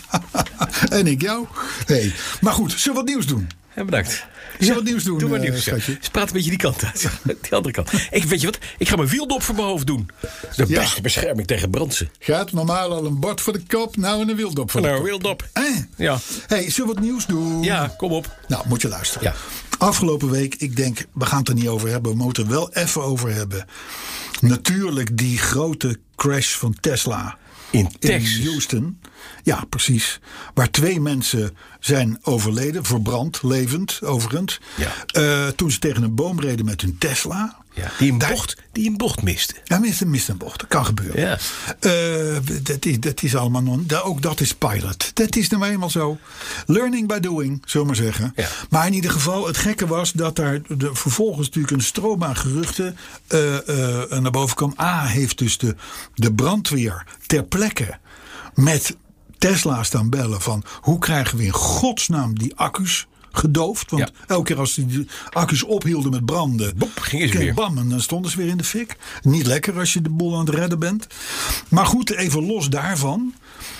Speaker 6: En ik jou. Hey. Maar goed, zullen we wat nieuws doen?
Speaker 5: Ja, bedankt.
Speaker 6: Zullen we wat nieuws doen?
Speaker 5: Doe maar nieuws. Ze praten een beetje die kant uit. Die andere kant. Weet je wat? Ik ga mijn wieldop voor mijn hoofd doen. De beste bescherming tegen brandsen.
Speaker 6: Gaat normaal al een bord voor de kop. Nou een wieldop voor de kop.
Speaker 5: Wieldop.
Speaker 6: Ja. Hey, zullen we wat nieuws doen?
Speaker 5: Ja, kom op.
Speaker 6: Nou, moet je luisteren. Ja. Afgelopen week, ik denk, we gaan het er niet over hebben. We moeten er wel even over hebben. Natuurlijk die grote crash van Tesla.
Speaker 5: In Texas.
Speaker 6: In Houston. Ja, precies. Waar 2 mensen zijn overleden. Verbrand, levend, overigens. Ja. Toen ze tegen een boom reden met hun Tesla.
Speaker 5: Ja, die een bocht miste.
Speaker 6: Ja, mist een bocht. Dat kan gebeuren.
Speaker 5: Ja.
Speaker 6: Dat is allemaal ook dat is pilot. Dat is nou eenmaal zo. Learning by doing, zullen we maar zeggen. Ja. Maar in ieder geval, het gekke was dat daar vervolgens natuurlijk een stroom aan geruchten naar boven kwam. Heeft dus de brandweer ter plekke met Tesla staan bellen van hoe krijgen we in godsnaam die accu's gedoofd. Want elke keer als die accu's ophielden met branden,
Speaker 5: gingen ze weer.
Speaker 6: Bam, en dan stonden ze weer in de fik. Niet lekker als je de boel aan het redden bent. Maar goed, even los daarvan.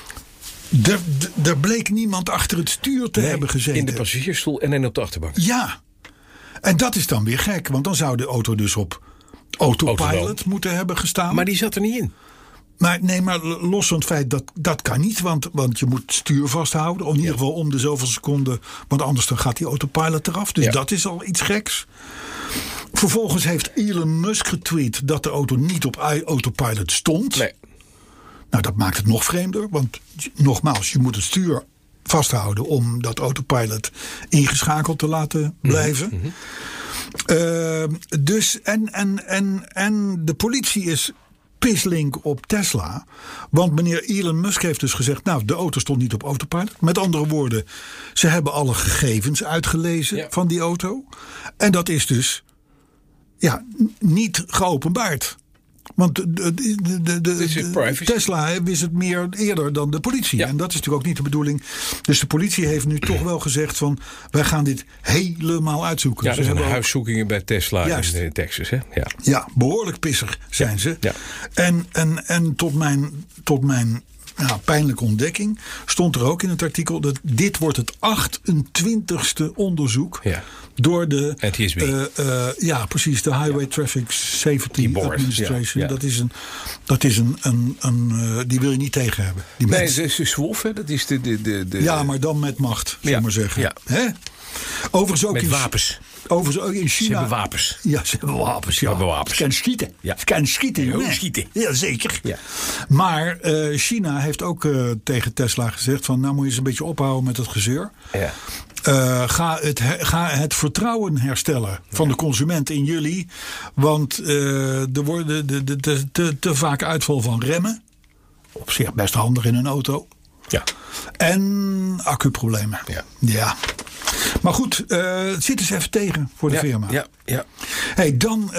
Speaker 6: Er bleek niemand achter het stuur te hebben gezeten.
Speaker 5: In de passagiersstoel en op de achterbank.
Speaker 6: Ja. En dat is dan weer gek. Want dan zou de auto dus op autopilot moeten hebben gestaan.
Speaker 5: Maar die zat er niet in.
Speaker 6: Maar los van het feit dat kan niet. Want je moet stuur vasthouden. In ieder geval om de zoveel seconden. Want anders dan gaat die autopilot eraf. Dus dat is al iets geks. Vervolgens heeft Elon Musk getweet dat de auto niet op autopilot stond. Nee. Nou, dat maakt het nog vreemder. Want nogmaals, je moet het stuur vasthouden om dat autopilot ingeschakeld te laten blijven. Mm-hmm. Dus en de politie is pislink op Tesla. Want meneer Elon Musk heeft dus gezegd, nou, de auto stond niet op autopilot. Met andere woorden, ze hebben alle gegevens uitgelezen van die auto. En dat is dus niet geopenbaard. Want Tesla wist het meer eerder dan de politie. Ja. En dat is natuurlijk ook niet de bedoeling. Dus de politie heeft nu toch wel gezegd van, wij gaan dit helemaal uitzoeken.
Speaker 5: Ja, er zijn huiszoekingen bij Tesla in Texas. Hè?
Speaker 6: Ja, behoorlijk pissig zijn ze. Ja. En tot mijn pijnlijke ontdekking stond er ook in het artikel dat dit wordt het 28e onderzoek door de NTSB. Precies, de Highway Traffic Safety Administration. Ja. Dat is een die wil je niet tegen hebben.
Speaker 5: Nee, ze is zwolf, hè? Dat is de.
Speaker 6: Ja, maar dan met macht, zullen we maar zeggen. Ja. Hè? Overigens ook
Speaker 5: met wapens.
Speaker 6: Overigens ook in China.
Speaker 5: Ze hebben wapens.
Speaker 6: Ja, ze hebben wapens.
Speaker 5: Ze hebben wapens.
Speaker 6: Ze kunnen schieten. Ja. Ze kunnen schieten.
Speaker 5: Ja, schieten.
Speaker 6: Ja, zeker. Ja. Maar China heeft ook tegen Tesla gezegd van, nou moet je eens een beetje ophouden met het gezeur. Ja. Ga het vertrouwen herstellen van de consument in jullie. Want er worden te vaak uitval van remmen. Op zich best handig in een auto. Ja. En accuproblemen. Ja. Maar goed, het zit eens even tegen voor de firma. Ja. Hey, dan,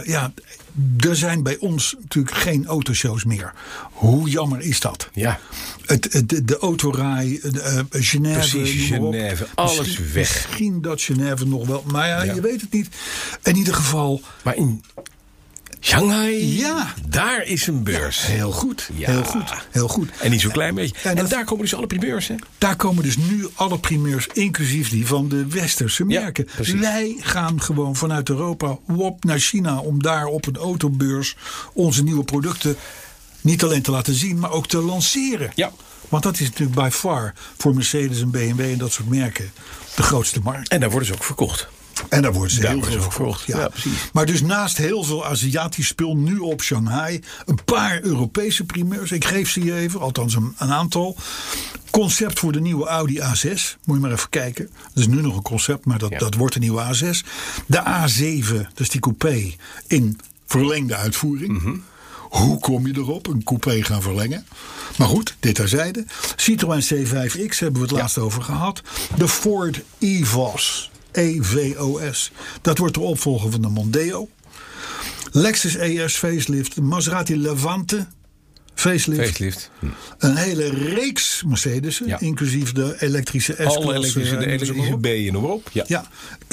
Speaker 6: er zijn bij ons natuurlijk geen autoshows meer. Hoe jammer is dat? Ja. De autorij, Genève.
Speaker 5: Precies, Genève. Alles weg.
Speaker 6: Misschien dat Genève nog wel. Maar je weet het niet. In ieder geval.
Speaker 5: Maar in Shanghai, daar is een beurs.
Speaker 6: Ja, heel goed.
Speaker 5: En niet zo'n klein beetje. En daar komen dus alle primeurs, hè?
Speaker 6: Daar komen dus nu alle primeurs, inclusief die van de westerse merken. Ja, wij gaan gewoon vanuit Europa naar China om daar op een autobeurs onze nieuwe producten niet alleen te laten zien, maar ook te lanceren. Ja. Want dat is natuurlijk by far voor Mercedes en BMW en dat soort merken de grootste markt.
Speaker 5: En daar worden ze ook verkocht.
Speaker 6: En daar wordt ze heel veel verkocht. Ja, precies. Maar dus naast heel veel Aziatisch spul nu op Shanghai, een paar Europese primeurs. Ik geef ze je even, althans een aantal. Concept voor de nieuwe Audi A6. Moet je maar even kijken. Dat is nu nog een concept, maar dat wordt de nieuwe A6. De A7, dus die coupé in verlengde uitvoering. Mm-hmm. Hoe kom je erop? Een coupé gaan verlengen. Maar goed, dit terzijde. Citroën C5X hebben we het laatst over gehad. De Ford EVOS. EVOS. Dat wordt de opvolger van de Mondeo. Lexus ES facelift. Maserati Levante facelift. Een hele reeks Mercedes'en. Inclusief de elektrische S-klasse.
Speaker 5: Alle elektrische, de elektrische B en noem op. Ja.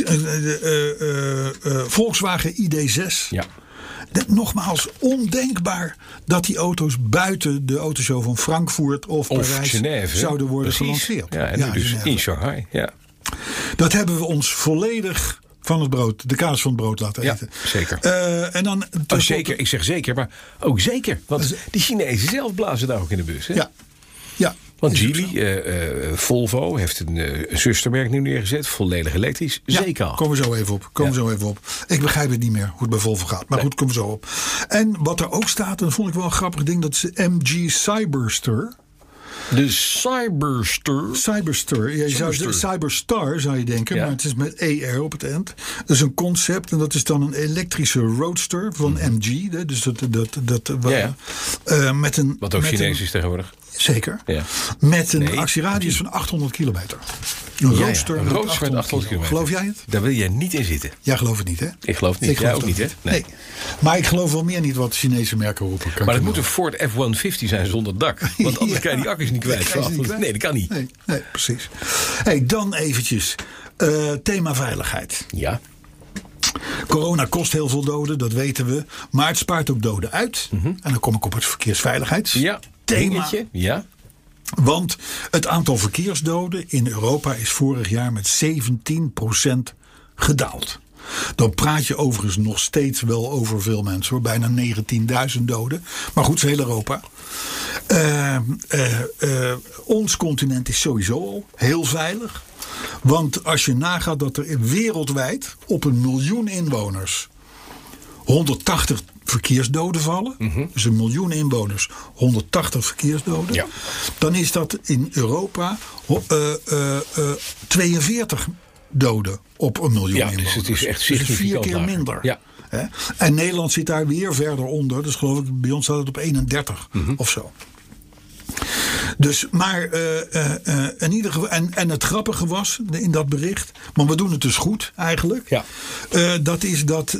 Speaker 6: Volkswagen ID6. Ja. Nogmaals, ondenkbaar dat die auto's buiten de autoshow van Frankfurt of Parijs
Speaker 5: Genève,
Speaker 6: zouden worden gelanceerd.
Speaker 5: Ja, en nu dus in Shanghai. Ja.
Speaker 6: Dat hebben we ons volledig van het brood, de kaas van het brood laten eten.
Speaker 5: Ja, zeker.
Speaker 6: En dan
Speaker 5: zeker, ik zeg zeker, maar ook zeker. Want die Chinezen zelf blazen daar ook in de bus. Hè?
Speaker 6: Ja.
Speaker 5: Want Geely, Volvo, heeft een zustermerk nu neergezet. Volledig elektrisch.
Speaker 6: Ja,
Speaker 5: zeker al.
Speaker 6: Komen we zo even op. Ik begrijp het niet meer hoe het bij Volvo gaat. Maar goed, komen we zo op. En wat er ook staat, en dat vond ik wel een grappig ding. Dat is de MG Cyberster.
Speaker 5: De Cyberster.
Speaker 6: Ja, de Cyberstar zou je denken, maar het is met ER op het eind. Dat is een concept en dat is dan een elektrische roadster van MG. Dus met een.
Speaker 5: Wat ook Chinees is tegenwoordig.
Speaker 6: Zeker. Ja. Met een actieradius van 800 kilometer. Een roadster met 800 kilometer. Geloof jij het?
Speaker 5: Daar wil jij niet in zitten.
Speaker 6: Jij gelooft het niet, hè?
Speaker 5: Ik geloof het niet. Jij ook niet, hè? Nee.
Speaker 6: Maar ik geloof wel meer niet wat Chinese merken roepen.
Speaker 5: Maar het moet een Ford F-150 zijn zonder dak. Want anders kan je die accu's niet kwijt. Nee, dat kan niet.
Speaker 6: Nee, precies. Dan eventjes. Thema veiligheid.
Speaker 5: Ja.
Speaker 6: Corona kost heel veel doden, dat weten we. Maar het spaart ook doden uit. En dan kom ik op het verkeersveiligheidsthema.
Speaker 5: Dingetje. Ja.
Speaker 6: Want het aantal verkeersdoden in Europa is vorig jaar met 17% gedaald. Dan praat je overigens nog steeds wel over veel mensen, hoor. Bijna 19.000 doden. Maar goed, heel Europa. Ons continent is sowieso al heel veilig. Want als je nagaat dat er wereldwijd op 1 miljoen inwoners 180 verkeersdoden vallen. Dus 1 miljoen inwoners, 180 verkeersdoden. Ja. Dan is dat in Europa 42 doden op 1 miljoen inwoners. Dus
Speaker 5: het is echt significant.
Speaker 6: Dus 4 keer minder.
Speaker 5: Ja.
Speaker 6: En Nederland zit daar weer verder onder. Dus geloof ik, bij ons staat het op 31 of zo. Dus, maar in ieder geval, en het grappige was in dat bericht, maar we doen het dus goed eigenlijk. Ja. Dat is dat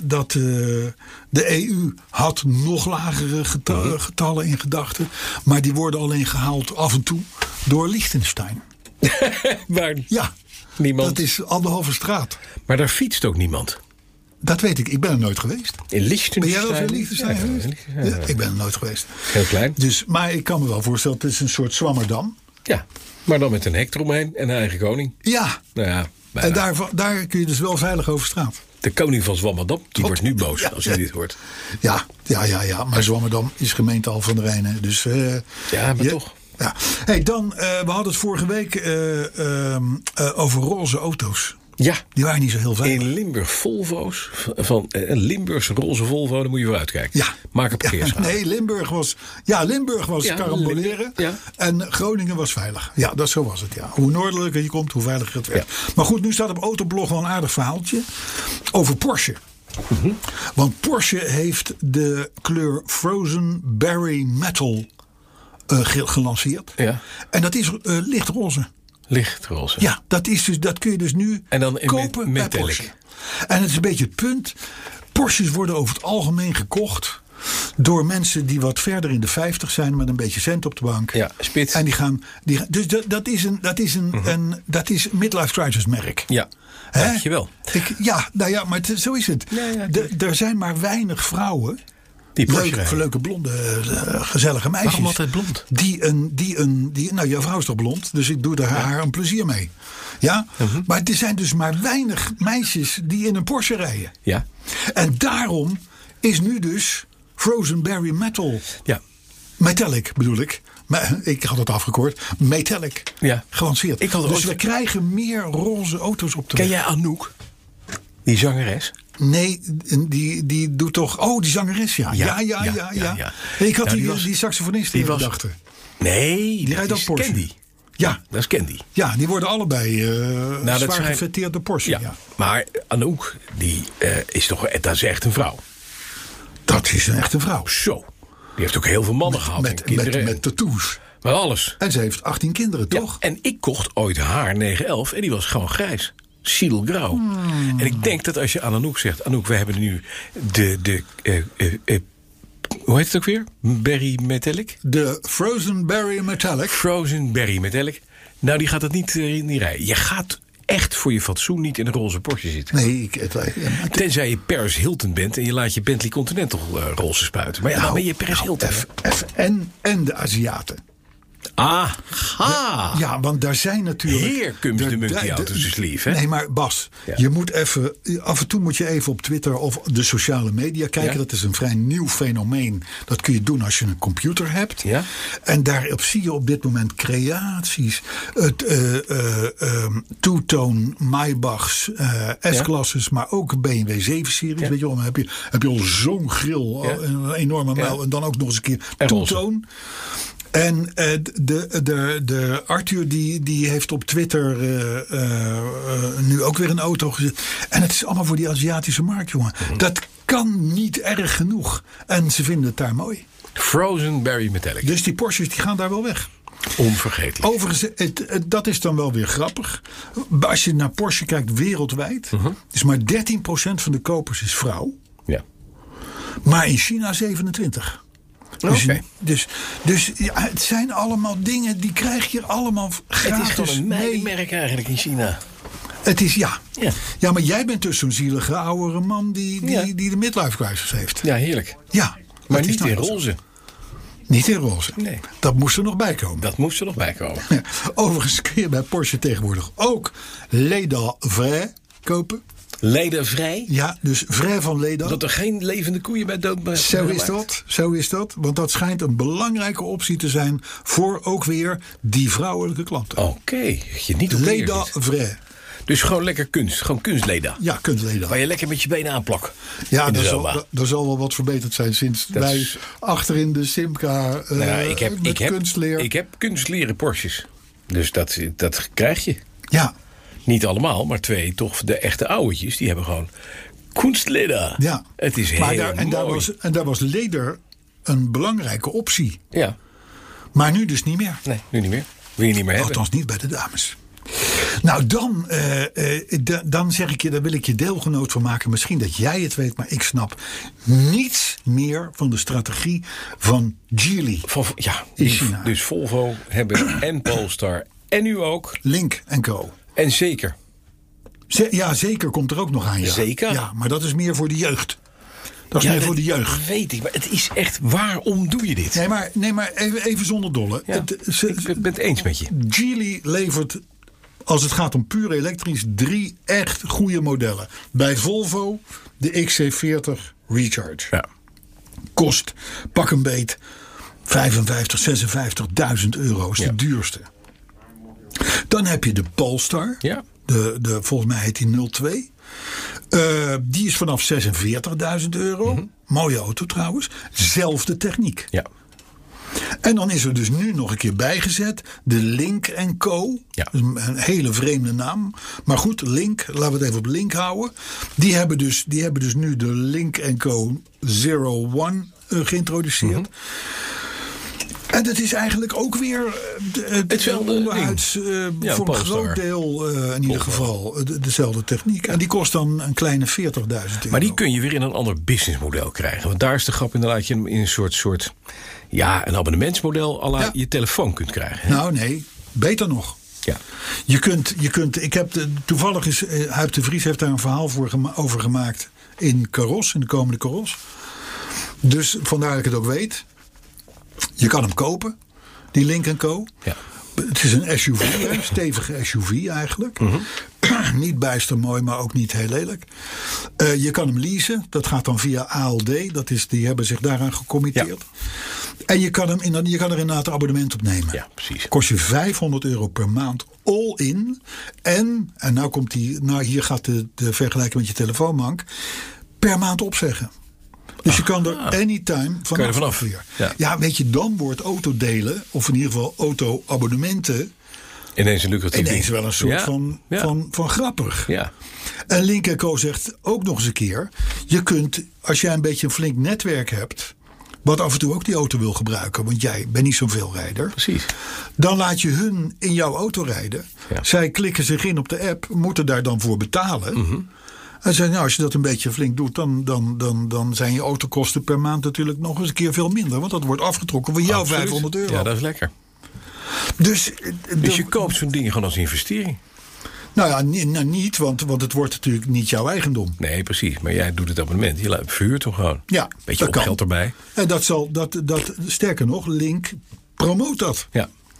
Speaker 6: de EU had nog lagere getallen in gedachten, maar die worden alleen gehaald af en toe door Liechtenstein.
Speaker 5: Waar?
Speaker 6: Ja,
Speaker 5: niemand.
Speaker 6: Dat is 1,5 straat.
Speaker 5: Maar daar fietst ook niemand.
Speaker 6: Dat weet ik. Ik ben er nooit geweest.
Speaker 5: In Liechtenstein?
Speaker 6: Ben jij wel eens in Liechtenstein geweest? Ja, ik ben er nooit geweest.
Speaker 5: Heel klein.
Speaker 6: Dus, maar ik kan me wel voorstellen, het is een soort Zwammerdam.
Speaker 5: Ja, maar dan met een hek eromheen en een eigen koning.
Speaker 6: Ja.
Speaker 5: Nou ja,
Speaker 6: en daar kun je dus wel veilig over straat.
Speaker 5: De koning van Zwammerdam, die wordt nu boos als hij dit hoort.
Speaker 6: Ja. Maar Zwammerdam is gemeente Al van der Rijn. Dus,
Speaker 5: ja, maar toch.
Speaker 6: Ja. We hadden het vorige week over roze auto's.
Speaker 5: Ja.
Speaker 6: Die waren niet zo heel veilig.
Speaker 5: In Limburg Volvo's. Van een Limburgse roze Volvo, daar moet je voor uitkijken. Ja. Maak een parkeerschade.
Speaker 6: Nee, Limburg was karamboleren. Ja. En Groningen was veilig. Ja, zo was het. Ja. Hoe noordelijker je komt, hoe veiliger het werd. Ja. Maar goed, nu staat op Autoblog wel een aardig verhaaltje over Porsche. Want Porsche heeft de kleur Frozen Berry Metal gelanceerd. Ja. En dat is lichtroze.
Speaker 5: Lichtroze.
Speaker 6: Ja, dat kun je dus nu kopen bij Porsche. En het is een beetje het punt. Porsches worden over het algemeen gekocht door mensen die wat verder in de 50 zijn met een beetje cent op de bank. Ja, spits. En die gaan dus dat is midlife crisis merk.
Speaker 5: Ja. Dankjewel.
Speaker 6: Maar zo is het. Ja, er zijn maar weinig vrouwen.
Speaker 5: Die
Speaker 6: leuke blonde, gezellige meisjes.
Speaker 5: Waarom altijd blond?
Speaker 6: Nou, jouw vrouw is toch blond, dus ik doe haar een plezier mee. Ja? Maar er zijn dus maar weinig meisjes die in een Porsche rijden. Ja. En daarom is nu dus Frozen Berry Metal. Ja. Metallic bedoel ik. Maar ik had het afgekort. Metallic. Ja. Gelanceerd. Dus we krijgen meer roze auto's op de weg.
Speaker 5: Ken jij Anouk? Die zangeres?
Speaker 6: Nee, die doet toch... Oh, die zangeres, ja. Ja. Ik had die saxofonist in gedachten.
Speaker 5: Nee,
Speaker 6: die rijdt ook Porsche.
Speaker 5: Candy. Ja, dat is Candy.
Speaker 6: Ja, die worden allebei zwaar gefetteerd door Porsche. Ja.
Speaker 5: Maar Anouk, die is toch... Dat is echt een vrouw.
Speaker 6: Dat is een echte vrouw.
Speaker 5: Zo. Die heeft ook heel veel mannen gehad.
Speaker 6: Met tattoos.
Speaker 5: Maar alles.
Speaker 6: En ze heeft 18 kinderen, toch?
Speaker 5: En ik kocht ooit haar 911 en die was gewoon grijs. Siedelgrauw. En ik denk dat als je aan Anouk zegt... Anouk, we hebben nu hoe heet het ook weer? Berry Metallic?
Speaker 6: De Frozen Berry Metallic.
Speaker 5: Frozen Berry Metallic. Nou, die gaat het niet rijden. Je gaat echt voor je fatsoen niet in een roze Porsche zitten.
Speaker 6: Nee,
Speaker 5: tenzij je Paris Hilton bent en je laat je Bentley Continental roze spuiten. Maar dan ben je Paris Hilton.
Speaker 6: En de Aziaten.
Speaker 5: Aha.
Speaker 6: Ja, want daar zijn natuurlijk...
Speaker 5: Hier komt de monkey-auto's dus lief, hè?
Speaker 6: Nee, maar Bas, je moet even... Af en toe moet je even op Twitter of de sociale media kijken. Ja? Dat is een vrij nieuw fenomeen. Dat kun je doen als je een computer hebt. Ja? En daarop zie je op dit moment creaties. Two-tone Maybachs, S-klasses, maar ook BMW 7-series. Weet je wel, dan heb je al zo'n grill, een enorme muil. En dan ook nog eens een keer two-tone. En de Arthur die heeft op Twitter nu ook weer een auto gezet. En het is allemaal voor die Aziatische markt, jongen. Dat kan niet erg genoeg. En ze vinden het daar mooi.
Speaker 5: Frozen Berry Metallic.
Speaker 6: Dus die Porsches die gaan daar wel weg.
Speaker 5: Onvergetelijk.
Speaker 6: Overigens, dat is dan wel weer grappig. Als je naar Porsche kijkt wereldwijd, is maar 13% van de kopers is vrouw. Ja. Maar in China 27%. Dus ja, het zijn allemaal dingen die krijg je allemaal gratis.
Speaker 5: Het is gewoon een meidenmerk eigenlijk in China.
Speaker 6: Het is, ja, maar jij bent dus zo'n zielige oudere man die de midlife crisis heeft.
Speaker 5: Ja, heerlijk.
Speaker 6: Ja,
Speaker 5: maar niet in roze.
Speaker 6: Niet in roze.
Speaker 5: Nee.
Speaker 6: Dat moest er nog bij komen. Ja. Overigens kun je bij Porsche tegenwoordig ook Leda Vrai kopen.
Speaker 5: Leda vrij?
Speaker 6: Ja, dus vrij van Leda.
Speaker 5: Dat er geen levende koeien bij dood bij.
Speaker 6: Zo is dat. Want dat schijnt een belangrijke optie te zijn voor ook weer die vrouwelijke klanten.
Speaker 5: Oké. Je niet op
Speaker 6: Leda vrij.
Speaker 5: Dus gewoon lekker kunst. Gewoon kunstleda.
Speaker 6: Ja, kunstleda.
Speaker 5: Waar je lekker met je benen aanplakt.
Speaker 6: Ja, er zal wel wat verbeterd zijn sinds wij achterin de Simca kunstleer.
Speaker 5: Ik heb kunstleren Porsches. Dus dat krijg je.
Speaker 6: Ja.
Speaker 5: Niet allemaal, maar 2 toch de echte ouwetjes. Die hebben gewoon kunstleder. Ja. Het is heel mooi.
Speaker 6: En daar was leder een belangrijke optie.
Speaker 5: Ja.
Speaker 6: Maar nu dus niet meer.
Speaker 5: Nee, nu niet meer. Wil je niet meer hebben.
Speaker 6: Althans niet bij de dames. Nou, dan zeg ik je, daar wil ik je deelgenoot van maken. Misschien dat jij het weet, maar ik snap niets meer van de strategie van Geely.
Speaker 5: In China. Dus Volvo hebben en Polestar en nu ook
Speaker 6: Link & Co.
Speaker 5: En zeker.
Speaker 6: Zeker komt er ook nog aan. Ja.
Speaker 5: Zeker?
Speaker 6: Ja, maar dat is meer voor de jeugd. Dat is meer voor de jeugd.
Speaker 5: Dat weet ik, maar het is echt, waarom doe je dit?
Speaker 6: Nee, maar even zonder dolle.
Speaker 5: Ja, ik ben het eens met je.
Speaker 6: Geely levert, als het gaat om puur elektrisch, 3 echt goede modellen. Bij Volvo de XC40 Recharge. Ja. Kost, pak een beet, 55.000, 56.000 euro. Is de duurste. Dan heb je de Polestar. Ja. Volgens mij heet die 02. Die is vanaf 46.000 euro. Mm-hmm. Mooie auto trouwens. Zelfde techniek. Ja. En dan is er dus nu nog een keer bijgezet de Link & Co. Ja. Een hele vreemde naam. Maar goed, Link, laten we het even op Link houden. Die hebben dus nu de Link & Co 01 geïntroduceerd. Mm-hmm. En dat is eigenlijk ook weer hetzelfde onderhuids, voor een groot deel in ieder geval dezelfde techniek. En die kost dan een kleine 40.000 euro.
Speaker 5: Maar die kun je weer in een ander businessmodel krijgen. Want daar is de grap inderdaad, je in een soort een abonnementsmodel à la je telefoon kunt krijgen. Hè?
Speaker 6: Nou nee, beter nog. Ja. Je kunt ik heb toevallig is Huib de Vries heeft daar een verhaal over gemaakt in Caros, in de komende Caros. Dus vandaar dat ik het ook weet. Je kan hem kopen, die Link & Co. Ja. Het is een SUV, een stevige SUV eigenlijk. Mm-hmm. Niet bijster mooi, maar ook niet heel lelijk. Je kan hem leasen, dat gaat dan via ALD. Die hebben zich daaraan gecommitteerd. Ja. En je kan er inderdaad een abonnement op nemen. Ja, precies. Kost je €500 per maand, all in. En hier gaat de vergelijking met je telefoonbank, per maand opzeggen. Dus je kan er anytime vanaf weer. Ja, weet je, dan wordt autodelen, of in ieder geval auto-abonnementen,
Speaker 5: ineens
Speaker 6: wel een soort van grappig. Ja. En Link & Co zegt ook nog eens een keer, je kunt, als jij een beetje een flink netwerk hebt, wat af en toe ook die auto wil gebruiken, want jij bent niet zo'n veelrijder. Precies. Dan laat je hun in jouw auto rijden. Ja. Zij klikken zich in op de app, moeten daar dan voor betalen. Mm-hmm. En zei, als je dat een beetje flink doet, dan zijn je autokosten per maand natuurlijk nog eens een keer veel minder. Want dat wordt afgetrokken van jouw €500.
Speaker 5: Ja, dat is lekker.
Speaker 6: Dus
Speaker 5: je koopt zo'n ding gewoon als investering?
Speaker 6: Nou ja, niet, want het wordt natuurlijk niet jouw eigendom.
Speaker 5: Nee, precies. Maar jij doet het abonnement. Je verhuurt hem gewoon.
Speaker 6: Ja,
Speaker 5: beetje geld erbij.
Speaker 6: En sterker nog, Link promoot dat. Ja.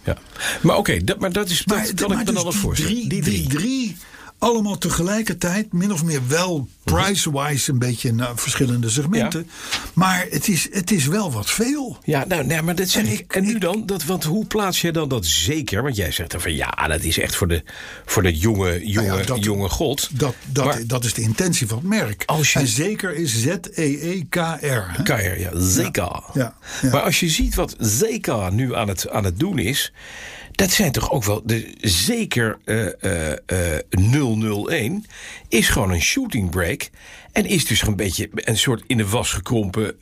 Speaker 5: Ja. Maar oké, dat kan ik me dan alles voorstellen.
Speaker 6: Die drie allemaal tegelijkertijd, min of meer wel price-wise een beetje naar verschillende segmenten. Ja. Maar het is wel wat veel.
Speaker 5: Ja, maar dat zeg ik. En nu dan, want hoe plaats jij dan dat zeker? Want jij zegt dan van dat is echt voor de jonge god.
Speaker 6: Dat is de intentie van het merk. En zeker is Z-E-E-K-R.
Speaker 5: KR, ja. Zeker.
Speaker 6: Ja.
Speaker 5: Maar als je ziet wat Zeker nu aan het doen is, dat zijn toch ook wel de zeker 001 is gewoon een shooting break en is dus een beetje een soort in de was gekrompen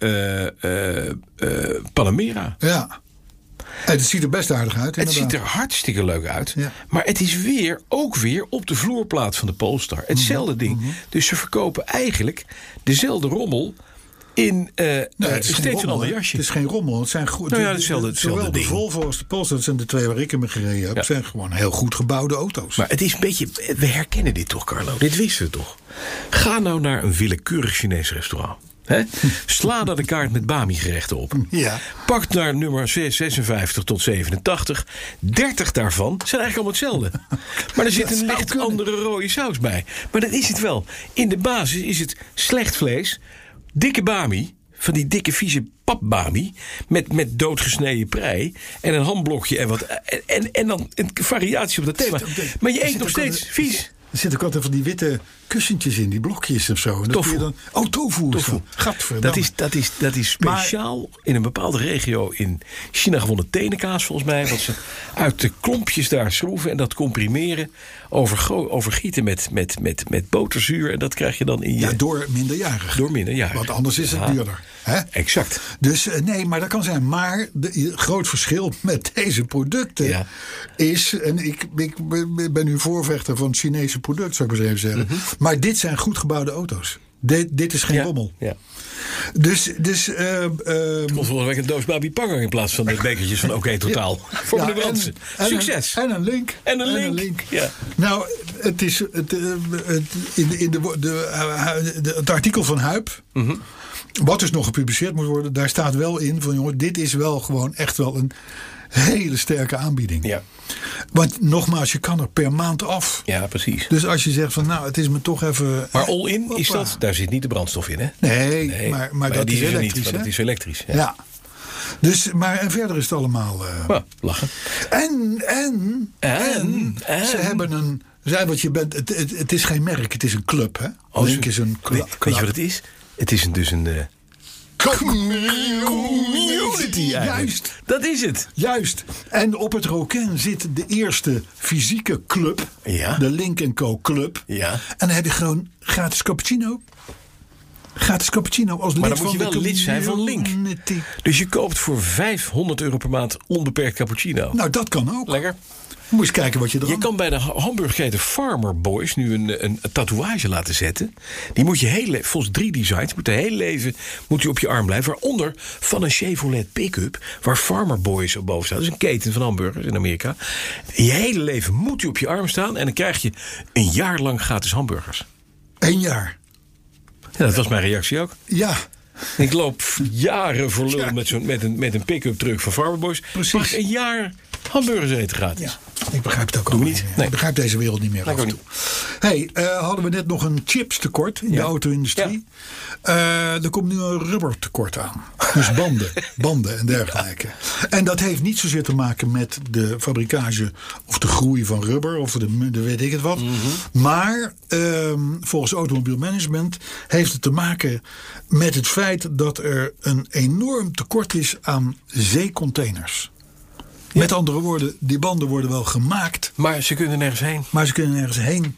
Speaker 5: Panamera.
Speaker 6: Ja. Het ziet er best aardig uit.
Speaker 5: Het ziet er hartstikke leuk uit. Ja. Maar het is ook weer op de vloerplaat van de Polestar. Hetzelfde ding. Mm-hmm. Dus ze verkopen eigenlijk dezelfde rommel in steeds een ander jasje.
Speaker 6: Het is geen rommel. Het zijn goed.
Speaker 5: Hetzelfde
Speaker 6: zowel de Volvo als de Polestar, dat zijn de twee waar ik in me gereden heb, zijn gewoon heel goed gebouwde auto's.
Speaker 5: Maar het is een beetje, we herkennen dit toch, Carlo? Dit wisten we toch? Ga nou naar een willekeurig Chinees restaurant. Sla daar de kaart met Bami-gerechten op.
Speaker 6: Ja.
Speaker 5: Pak naar nummer 56 tot 87. 30 daarvan zijn eigenlijk allemaal hetzelfde. Maar er zit een licht andere rode saus bij. Maar dat is het wel. In de basis is het slecht vlees, dikke Bami, van die dikke vieze papbami met doodgesneden prei en een hamblokje en dan een variatie op dat thema. Maar je eet nog steeds vies.
Speaker 6: Er zitten ook altijd van die witte kussentjes in, die blokjes of zo.
Speaker 5: Tofu.
Speaker 6: Tofu. Gadverdamme.
Speaker 5: Dat is speciaal in een bepaalde regio in China gewonnen tenenkaas volgens mij. Wat ze uit de klompjes daar schroeven en dat comprimeren. Overgieten met boterzuur. En dat krijg je dan in je...
Speaker 6: Ja, door minderjarigen. Want anders is het duurder. Hè?
Speaker 5: Exact.
Speaker 6: Dus nee, maar dat kan zijn. Maar het groot verschil met deze producten is... En ik ben nu voorvechter van Chinese producten, zou ik maar even zeggen. Mm-hmm. Maar dit zijn goed gebouwde auto's. Dit is geen rommel. Ja. Dus
Speaker 5: het komt volgende week een doos Babi Panger in plaats van de bekertjes van Oké Totaal. Voor de Brandsen. Succes.
Speaker 6: En een link.
Speaker 5: En een link. Ja.
Speaker 6: Nou, het is het artikel van Huip, wat dus nog gepubliceerd moet worden, daar staat wel in van jongen, dit is wel gewoon echt wel een hele sterke aanbieding. Ja. Want nogmaals, je kan er per maand af.
Speaker 5: Ja, precies.
Speaker 6: Dus als je zegt van nou, het is me toch even...
Speaker 5: Maar all-in is dat? Daar zit niet de brandstof in, hè?
Speaker 6: Nee. Maar dat is elektrisch.
Speaker 5: Niet, dat is elektrisch.
Speaker 6: Ja. Dus, en verder is het allemaal...
Speaker 5: lachen.
Speaker 6: En ze hebben een... Want je bent, het is geen merk, het is een club, hè? Link is een club.
Speaker 5: Weet je wat het is? Het is dus een... community.
Speaker 6: Juist.
Speaker 5: Dat is het.
Speaker 6: Juist. En op het Rokin zit de eerste fysieke club.
Speaker 5: Ja.
Speaker 6: De Link & Co Club.
Speaker 5: Ja.
Speaker 6: En dan heb je gewoon gratis cappuccino. Gratis cappuccino als lid van de community. Maar dan moet je wel lid zijn van Link.
Speaker 5: Dus je koopt voor €500 per maand onbeperkt cappuccino.
Speaker 6: Nou, dat kan ook.
Speaker 5: Lekker.
Speaker 6: Moet eens kijken wat je
Speaker 5: Je kan bij de hamburgerketen Farmer Boys nu een tatoeage laten zetten. Die moet je volgens 3 designs, moet je hele leven op je arm blijven. Waaronder van een Chevrolet pick-up waar Farmer Boys op boven staat. Dat is een keten van hamburgers in Amerika. Je hele leven moet die op je arm staan en dan krijg je een jaar lang gratis hamburgers.
Speaker 6: 1 jaar.
Speaker 5: Ja, dat was mijn reactie ook.
Speaker 6: Ja.
Speaker 5: Ik loop jaren voor lul met een pick-up truck van Farmer Boys.
Speaker 6: Precies.
Speaker 5: Mag een jaar hamburgers eten gratis.
Speaker 6: Ja. Ik begrijp het ook al niet. Nee. Ik begrijp deze wereld niet meer af en toe. Hadden we net nog een chipstekort in de auto-industrie. Ja. Er komt nu een rubbertekort aan. Dus banden en dergelijke. Ja. En dat heeft niet zozeer te maken met de fabrikage of de groei van rubber of de weet ik het wat. Mm-hmm. Maar volgens Automobiel Management heeft het te maken met het feit dat er een enorm tekort is aan zeecontainers. Ja. Met andere woorden, die banden worden wel gemaakt.
Speaker 5: Maar ze kunnen nergens heen.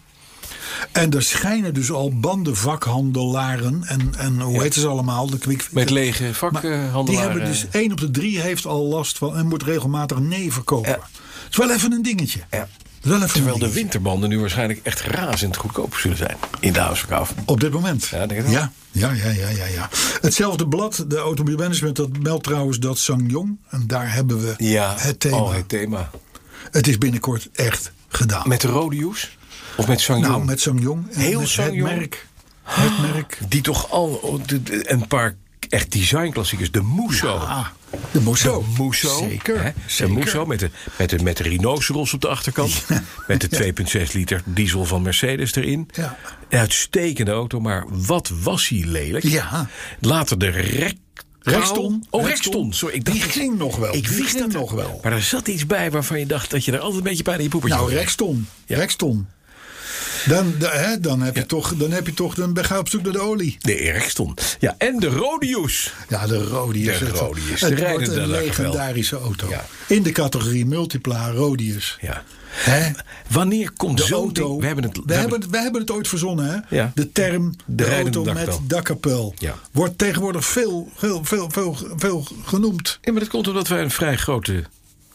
Speaker 6: En er schijnen dus al bandenvakhandelaren en hoe heet ze allemaal?
Speaker 5: Met lege vakhandelaren.
Speaker 6: Die hebben dus 1 op de 3 heeft al last van en moet regelmatig verkopen. Ja. Het is wel even een dingetje. Ja.
Speaker 5: Terwijl de winterbanden nu waarschijnlijk echt razend goedkoop zullen zijn in de huisverkoop.
Speaker 6: Op dit moment.
Speaker 5: Ja, denk ik wel.
Speaker 6: Ja. Hetzelfde blad, de Automobiel Management, dat meldt trouwens dat SsangYong, en daar hebben we het thema.
Speaker 5: Oh, het thema.
Speaker 6: Het is binnenkort echt gedaan.
Speaker 5: Met de Rodius? Of met SsangYong?
Speaker 6: Nou, met SsangYong.
Speaker 5: Heel SsangYong?
Speaker 6: Het merk.
Speaker 5: Die toch al een paar echt designklassiekers. De Musso.
Speaker 6: Ja, de Musso.
Speaker 5: Zeker. Hè? De Musso met de rhinoceros op de achterkant. Ja. Met de 2,6 liter diesel van Mercedes erin. Ja. Een uitstekende auto, maar wat was hij lelijk. Ja. Later de Rexton. Rexton. Sorry,
Speaker 6: die ging nog wel.
Speaker 5: Ik wist dat nog wel. Maar er zat iets bij waarvan je dacht dat je er altijd een beetje pijn in je poepertje had.
Speaker 6: Rexton. Ja. Rexton. Dan ga je op zoek naar de olie.
Speaker 5: De Rexton. Ja, en de Rodius.
Speaker 6: Ja, de Rodius.
Speaker 5: Het wordt een
Speaker 6: legendarische auto. Ja. In de categorie Multipla Rodius.
Speaker 5: Ja. Wanneer komt zo'n auto? We
Speaker 6: hebben het ooit verzonnen, hè? Ja. De term de auto met dakkapel. Ja. Wordt tegenwoordig veel genoemd.
Speaker 5: Ja, maar dat komt omdat wij een vrij grote...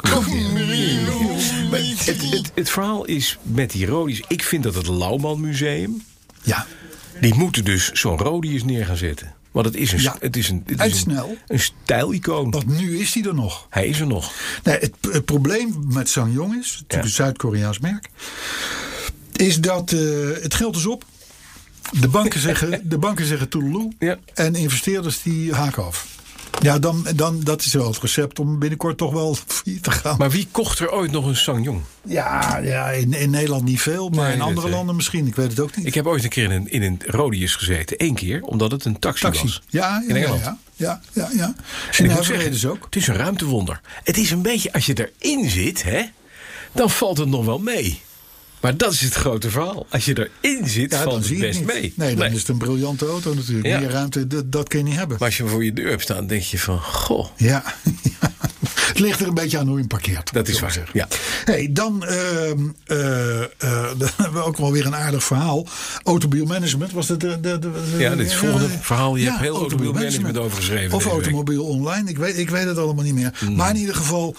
Speaker 5: Het verhaal is met die Rodius. Ik vind dat het Lauwman Museum...
Speaker 6: Ja.
Speaker 5: Die moeten dus zo'n Rodius neer gaan zetten. Want het is een stijlicoon.
Speaker 6: Want nu is hij er nog.
Speaker 5: Hij is er nog.
Speaker 6: Nee, het probleem met SsangYong is... Het is een Zuid-Koreaans merk... is dat het geld is op. De banken zeggen toedeloe. Ja. En investeerders die haken af. Ja, dan dat is wel het recept om binnenkort toch wel failliet te gaan.
Speaker 5: Maar wie kocht er ooit nog een SsangYong?
Speaker 6: Ja, in Nederland niet veel, maar in andere landen misschien. Ik weet het ook niet.
Speaker 5: Ik heb ooit een keer in een Rodius gezeten. 1 keer, omdat het een taxi was.
Speaker 6: Ja, in Engeland. Ja. Genève ook.
Speaker 5: Het is een ruimtewonder. Het is een beetje, als je erin zit, hè, dan valt het nog wel mee. Maar dat is het grote verhaal. Als je erin zit, valt het best mee.
Speaker 6: Nee, dan is het een briljante auto natuurlijk. Ja. Meer ruimte, dat kun je niet hebben.
Speaker 5: Maar als je voor je deur hebt staan, denk je van... Goh.
Speaker 6: Ja. Het ligt er een beetje aan hoe je hem parkeert.
Speaker 5: Dat is waar. Ja.
Speaker 6: Hey, dan hebben we ook wel weer een aardig verhaal. Automobielmanagement. Was het
Speaker 5: dit is het volgende verhaal. Je hebt heel automobielmanagement over geschreven.
Speaker 6: Of automobiel online. Ik weet het allemaal niet meer. Maar in ieder geval,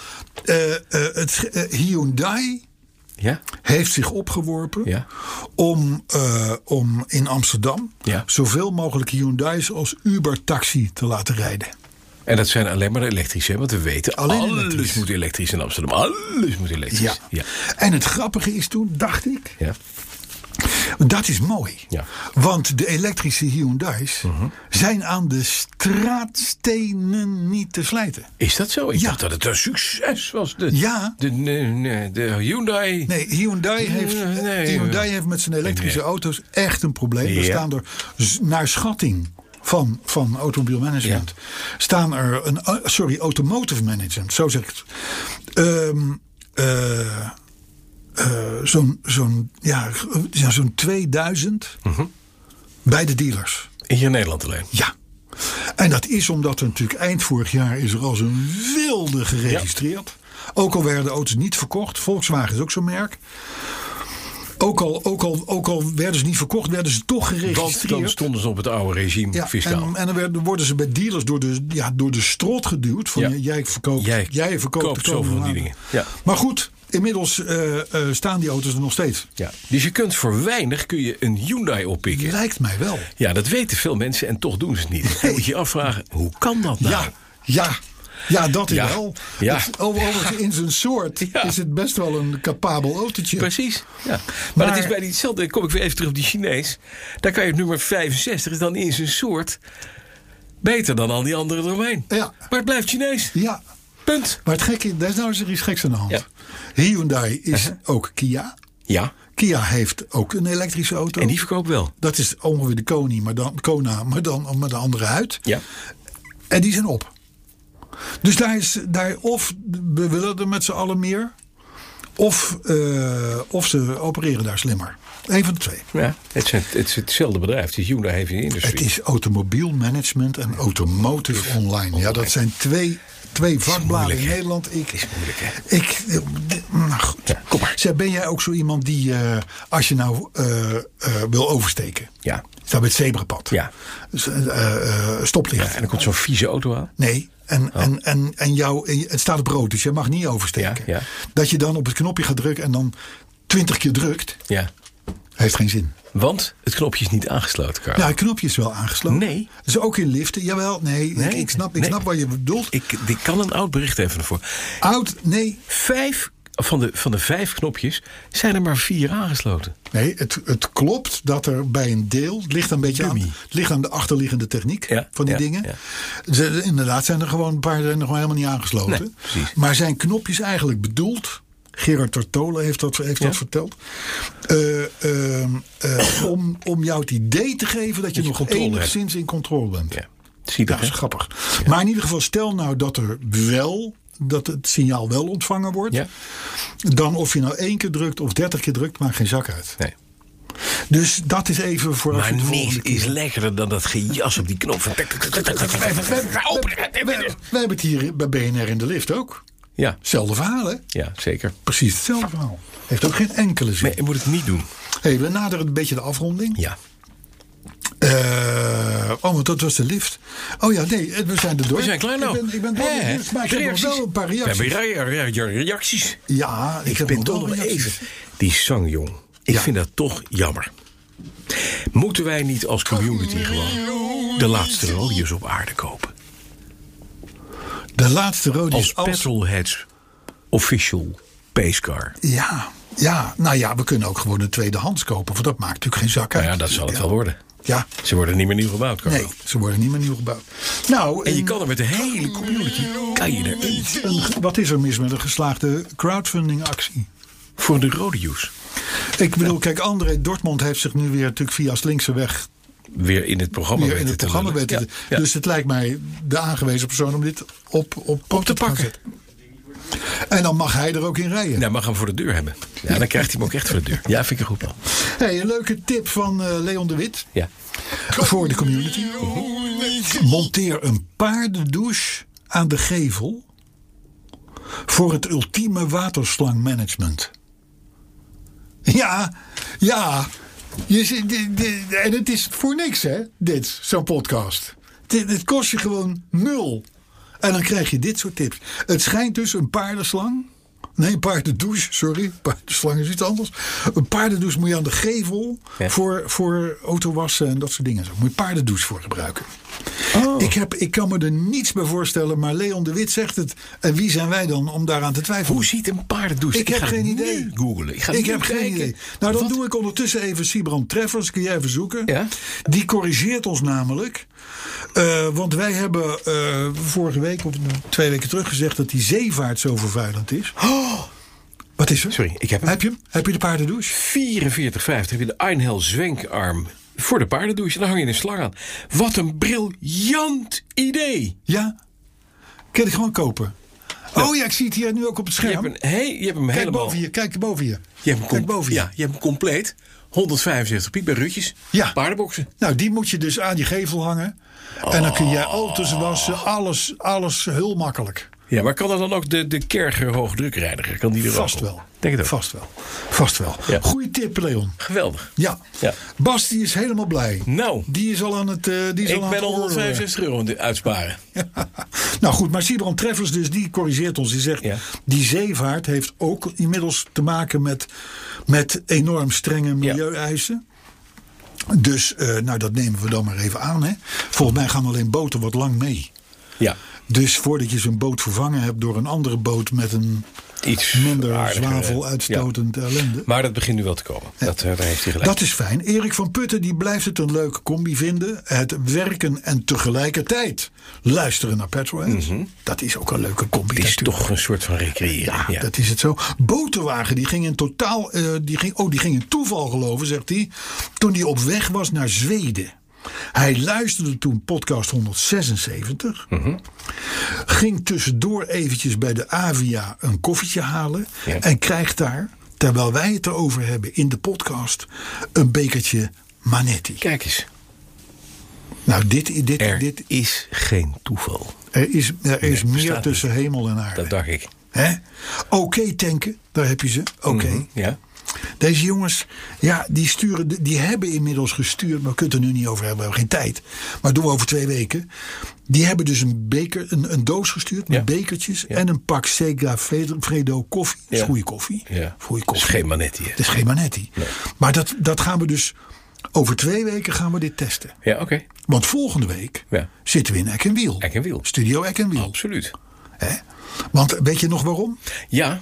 Speaker 6: Hyundai...
Speaker 5: Ja?
Speaker 6: Heeft zich opgeworpen om in Amsterdam zoveel mogelijk Hyundai's als Uber-taxi te laten rijden.
Speaker 5: En dat zijn alleen maar de elektrische, want we weten alles moet elektrisch in Amsterdam. Alles moet elektrisch.
Speaker 6: Ja. En het grappige is toen, dacht ik...
Speaker 5: Ja.
Speaker 6: Dat is mooi. Ja. Want de elektrische Hyundai's zijn aan de straatstenen niet te slijten.
Speaker 5: Is dat zo? Ik dacht dat het een succes was. De Hyundai...
Speaker 6: Nee, Hyundai heeft met zijn elektrische auto's echt een probleem. Er staan er naar schatting van automobielmanagement... staan er automotive management, zo zeg ik het... zo'n 2000 bij de dealers.
Speaker 5: Hier in Nederland alleen?
Speaker 6: Ja. En dat is omdat er natuurlijk eind vorig jaar is er als een wilde geregistreerd. Ja. Ook al werden de auto's niet verkocht. Volkswagen is ook zo'n merk. Ook al werden ze niet verkocht, werden ze toch geregistreerd.
Speaker 5: Want dan stonden ze op het oude regime fiscaal.
Speaker 6: En dan worden ze bij dealers door de strot geduwd. Van jij verkoopt
Speaker 5: zoveel van die dingen. Ja.
Speaker 6: Maar goed... Inmiddels staan die auto's er nog steeds.
Speaker 5: Ja. Dus je kunt voor weinig een Hyundai oppikken.
Speaker 6: Lijkt mij wel.
Speaker 5: Ja, dat weten veel mensen en toch doen ze het niet. Dan moet je je afvragen, hoe kan dat nou?
Speaker 6: Ja, dat is wel. Ja. Overigens in zijn soort is het best wel een capabel autootje.
Speaker 5: Precies. Ja. Maar het is bij diezelfde, kom ik weer even terug op die Chinees. Daar kan je het nummer 65 is dan in zijn soort beter dan al die andere eromheen. Ja. Maar het blijft Chinees.
Speaker 6: Ja.
Speaker 5: Punt.
Speaker 6: Maar het gekke, daar is nou eens iets geks aan de hand. Ja. Hyundai is ook Kia.
Speaker 5: Ja.
Speaker 6: Kia heeft ook een elektrische auto.
Speaker 5: En die verkoopt wel.
Speaker 6: Dat is ongeveer de Kona, maar dan met een andere huid.
Speaker 5: Ja.
Speaker 6: En die zijn op. Dus daar of we willen er met z'n allen meer... Of ze opereren daar slimmer. Eén van de twee.
Speaker 5: Ja, het is hetzelfde bedrijf. Het is Hyundai Heavy Industry.
Speaker 6: Het is automobielmanagement en automotive online. Ja, dat zijn twee vakbladen in Nederland.
Speaker 5: Is moeilijk, hè?
Speaker 6: Nou goed. Ja, kom maar. Ben jij ook zo iemand die, als je nou wil oversteken...
Speaker 5: Ja.
Speaker 6: Staat bij het zebrapad.
Speaker 5: Ja.
Speaker 6: Stoplicht.
Speaker 5: Ja, en dan komt zo'n vieze auto aan.
Speaker 6: Nee. En het staat op rood, dus je mag niet oversteken.
Speaker 5: Ja.
Speaker 6: Dat je dan op het knopje gaat drukken en dan 20 keer drukt.
Speaker 5: Ja.
Speaker 6: Heeft geen zin.
Speaker 5: Want het knopje is niet aangesloten, Karel.
Speaker 6: Ja, het knopje is wel aangesloten.
Speaker 5: Nee.
Speaker 6: Dus ook in liften. Jawel, nee. Ik snap wat je bedoelt.
Speaker 5: Ik kan een oud bericht even ervoor.
Speaker 6: Oud? Nee.
Speaker 5: van de 5 knopjes zijn er maar 4 aangesloten.
Speaker 6: Nee, het klopt dat er bij een deel... Het ligt een beetje aan de achterliggende techniek van die dingen. Ja. Inderdaad zijn er gewoon een paar nog helemaal niet aangesloten. Nee, maar zijn knopjes eigenlijk bedoeld... Gerard Tortola heeft dat verteld. Om jou het idee te geven dat je nog enigszins in controle bent.
Speaker 5: Ja.
Speaker 6: Dat is grappig. Ja. Maar in ieder geval, stel nou dat het signaal wel ontvangen wordt. Ja. Dan of je nou 1 keer drukt of 30 keer drukt, maakt geen zak uit. Nee. Dus dat is even voor...
Speaker 5: Maar niks is lekkerder dan dat gejas op die knop.
Speaker 6: We hebben het hier bij BNR in de lift ook.
Speaker 5: Ja.
Speaker 6: Hetzelfde verhaal, hè?
Speaker 5: Ja, zeker.
Speaker 6: Precies hetzelfde verhaal. Heeft ook geen enkele zin.
Speaker 5: Nee, je moet het niet doen.
Speaker 6: Hey, we naderen een beetje de afronding.
Speaker 5: Ja.
Speaker 6: Want dat was de lift. Oh ja, nee, we zijn er door.
Speaker 5: We zijn klaar nou.
Speaker 6: Ik ben door de lift, maar ik heb nog wel een paar reacties.
Speaker 5: We hebben reacties.
Speaker 6: Ja,
Speaker 5: ik ben toch nog even. Die zangjong. Ik vind dat toch jammer. Moeten wij niet als community gewoon de laatste Rodius op aarde kopen?
Speaker 6: De laatste Rodius
Speaker 5: als Petrolheads official pacecar.
Speaker 6: Ja, nou ja, we kunnen ook gewoon een tweedehands kopen. Want dat maakt natuurlijk geen zak uit.
Speaker 5: Ja, dat zal het wel worden.
Speaker 6: Ja.
Speaker 5: Ze worden niet meer nieuw gebouwd, Carlo.
Speaker 6: Nee, ze worden niet meer nieuw gebouwd. Nou,
Speaker 5: en je kan er met de hele community, kan je erin.
Speaker 6: Wat is er mis met een geslaagde crowdfunding actie?
Speaker 5: Voor de Rodius.
Speaker 6: Ik bedoel, kijk, André Dortmund heeft zich nu weer natuurlijk via Slinkse weg...
Speaker 5: Weer in het programma
Speaker 6: weten. Ja. Dus het lijkt mij de aangewezen persoon om dit op te pakken. En dan mag hij er ook in rijden.
Speaker 5: Nou, mag hem voor de deur hebben. Ja, dan krijgt hij hem ook echt voor de deur. Ja, vind ik een goed plan.
Speaker 6: Hey, een leuke tip van Leon de Wit. Ja. Voor de community. Monteer een paardendouche aan de gevel. Voor het ultieme waterslangmanagement. Ja. En het is voor niks, hè, zo'n podcast. Het kost je gewoon 0. En dan krijg je dit soort tips. Het schijnt dus een paardenslang. Nee, een paardendouche, sorry. Paardenslang is iets anders. Een paardendouche moet je aan de gevel voor autowassen en dat soort dingen. Zo moet je paardendouche voor gebruiken. Oh. Ik kan me er niets bij voorstellen, maar Leon de Wit zegt het. En wie zijn wij dan om daaraan te twijfelen?
Speaker 5: Hoe ziet een paardendouche?
Speaker 6: Ik heb geen idee.
Speaker 5: Googlen.
Speaker 6: Ik heb geen idee. Nou, dan doe ik ondertussen even Siebrand Treffers. Kun jij even zoeken? Ja? Die corrigeert ons namelijk. Want wij hebben vorige week of 2 weken terug gezegd dat die zeevaart zo vervuilend is. Oh. Wat is er?
Speaker 5: Sorry, ik heb hem.
Speaker 6: Heb je hem? Heb je de paardendouche?
Speaker 5: 44,50 heb je de Einhell zwenkarm voor de paardendouche. Dan hang je een slang aan. Wat een briljant idee.
Speaker 6: Ja. Kun je het gewoon kopen? Nou, ja, ik zie het hier nu ook op het scherm.
Speaker 5: Je hebt hem helemaal...
Speaker 6: Kijk boven je.
Speaker 5: Je hebt hem compleet. 175 piek bij Rutjes. Ja. Paardenboksen.
Speaker 6: Nou, die moet je dus aan je gevel hangen. En dan kun jij auto's wassen. Alles heel makkelijk.
Speaker 5: Ja, maar kan er dan ook de Kerger hoogdrukreiniger? Kan die er
Speaker 6: vast wel?
Speaker 5: Denk het ook.
Speaker 6: Vast wel. Ja. Goeie tip, Leon.
Speaker 5: Geweldig.
Speaker 6: Ja. Bas, die is helemaal blij.
Speaker 5: Nou.
Speaker 6: Die is al aan het...
Speaker 5: ik ben al 165 euro aan het uitsparen.
Speaker 6: Ja. Nou goed, maar Siebrand Treffers dus, die corrigeert ons. Die zegt, die zeevaart heeft ook inmiddels te maken met enorm strenge milieueisen. Dus, dat nemen we dan maar even aan. Hè. Volgens mij gaan alleen boten wat lang mee. Ja. Dus voordat je zo'n boot vervangen hebt door een andere boot met een iets minder zwavel uitstotend ellende.
Speaker 5: Maar dat begint nu wel te komen. Ja. Daar heeft hij gelijk.
Speaker 6: Dat is fijn. Erik van Putten die blijft het een leuke combi vinden. Het werken en tegelijkertijd luisteren naar Petrolheads. Mm-hmm. Dat is ook een leuke combi.
Speaker 5: Het is toch een soort van recreëren.
Speaker 6: Ja, dat is het zo. Boterwagen die ging in totaal... die ging in toeval geloven, zegt hij. Toen hij op weg was naar Zweden. Hij luisterde toen podcast 176. Mm-hmm. Ging tussendoor eventjes bij de Avia een koffietje halen. Ja. En krijgt daar, terwijl wij het erover hebben in de podcast, een bekertje Manetti.
Speaker 5: Kijk eens.
Speaker 6: Nou, dit
Speaker 5: is geen toeval.
Speaker 6: Er is meer tussen hemel en aarde.
Speaker 5: Dat dacht ik.
Speaker 6: Oké, tanken, daar heb je ze. Oké.
Speaker 5: Mm-hmm, ja.
Speaker 6: Deze jongens, die hebben inmiddels gestuurd, maar we kunnen het er nu niet over hebben, we hebben geen tijd. Maar doen we over 2 weken. Die hebben dus een doos gestuurd met bekertjes en een pak Segafredo koffie. Dat is goede koffie.
Speaker 5: Ja. Dat is geen Manetti.
Speaker 6: Dat is geen Manetti. Nee. Maar dat gaan we dus, over 2 weken gaan we dit testen.
Speaker 5: Ja, oké.
Speaker 6: Want volgende week zitten we in Eck en Wiel.
Speaker 5: Eck en Wiel.
Speaker 6: Studio Eck en Wiel.
Speaker 5: Absoluut.
Speaker 6: Want weet je nog waarom?
Speaker 5: Ja.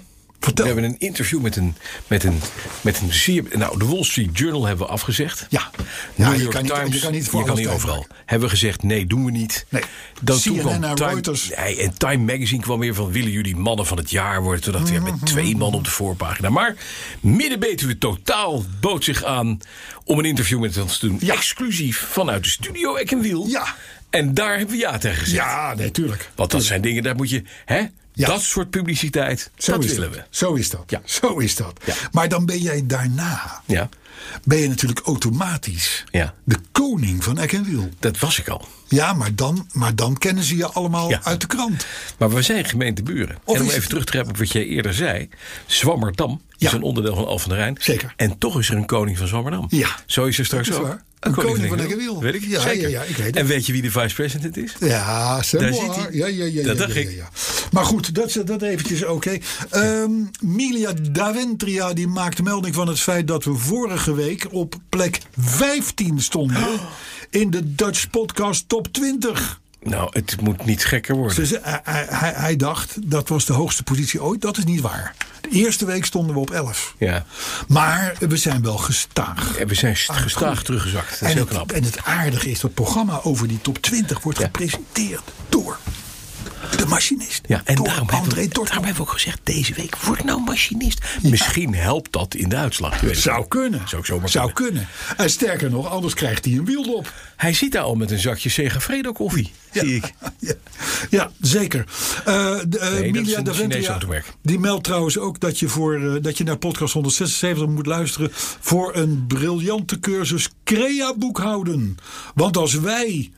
Speaker 6: Vertel.
Speaker 5: We hebben een interview met een zeer... Nou, de Wall Street Journal hebben we afgezegd.
Speaker 6: Ja.
Speaker 5: New York Times,
Speaker 6: je kan niet
Speaker 5: overal. Hebben we gezegd, nee, doen we niet.
Speaker 6: Nee.
Speaker 5: Dan
Speaker 6: CNN en Reuters.
Speaker 5: En Time Magazine kwam weer van... willen jullie mannen van het jaar worden? Toen dachten we, met 2 man op de voorpagina. Maar Midden-Betuwe Totaal bood zich aan... om een interview met ons te doen. Ja. Exclusief vanuit de studio Eck en Wiel.
Speaker 6: Ja.
Speaker 5: En daar hebben we ja tegen gezegd.
Speaker 6: Ja, nee, tuurlijk.
Speaker 5: Want dat zijn dingen, daar moet je... Ja. Dat soort publiciteit, dat willen we.
Speaker 6: Zo is dat. Ja. Zo is dat.
Speaker 5: Ja.
Speaker 6: Maar dan ben jij daarna...
Speaker 5: Ja.
Speaker 6: Ben je natuurlijk automatisch de koning van Eck en Wiel.
Speaker 5: Dat was ik al.
Speaker 6: Ja, maar dan kennen ze je allemaal uit de krant.
Speaker 5: Maar we zijn gemeenteburen. En om even terug te grijpen op wat jij eerder zei. Zwammerdam is een onderdeel van Alphen aan den Rijn.
Speaker 6: Zeker.
Speaker 5: En toch is er een koning van Zwammerdam.
Speaker 6: Ja.
Speaker 5: Zo is er straks ook.
Speaker 6: Waar. Een koning van Eck en Wiel.
Speaker 5: Weet ik?
Speaker 6: Ja,
Speaker 5: zeker.
Speaker 6: Ja, ik weet het.
Speaker 5: En weet je wie de vice-president is?
Speaker 6: Ja,
Speaker 5: daar zit hij.
Speaker 6: Ja.
Speaker 5: Dat dacht ik.
Speaker 6: Ja. Maar goed, dat eventjes oké. Milia Daventria die maakt melding van het feit dat we vorige week op plek 15 stonden in de Dutch Podcast Top 20.
Speaker 5: Nou, het moet niet gekker worden.
Speaker 6: Hij dacht, dat was de hoogste positie ooit. Dat is niet waar. De eerste week stonden we op 11.
Speaker 5: Ja.
Speaker 6: Maar we zijn wel gestaag.
Speaker 5: Ja, we zijn gestaag teruggezakt. Dat is heel knap.
Speaker 6: En het aardige is, dat het programma over die top 20 wordt gepresenteerd door de machinist.
Speaker 5: Ja, en
Speaker 6: door
Speaker 5: daarom hebben we ook gezegd, deze week word nou machinist. Ja. Misschien helpt dat in de uitslag.
Speaker 6: Zou kunnen. Zou kunnen. En sterker nog, anders krijgt hij een wiel op.
Speaker 5: Hij zit daar al met een zakje Segafredo koffie, zie ik.
Speaker 6: Ja, zeker.
Speaker 5: Milia Daventria,
Speaker 6: die meldt trouwens ook dat je naar podcast 176 moet luisteren voor een briljante cursus Crea boekhouden. Want als wij...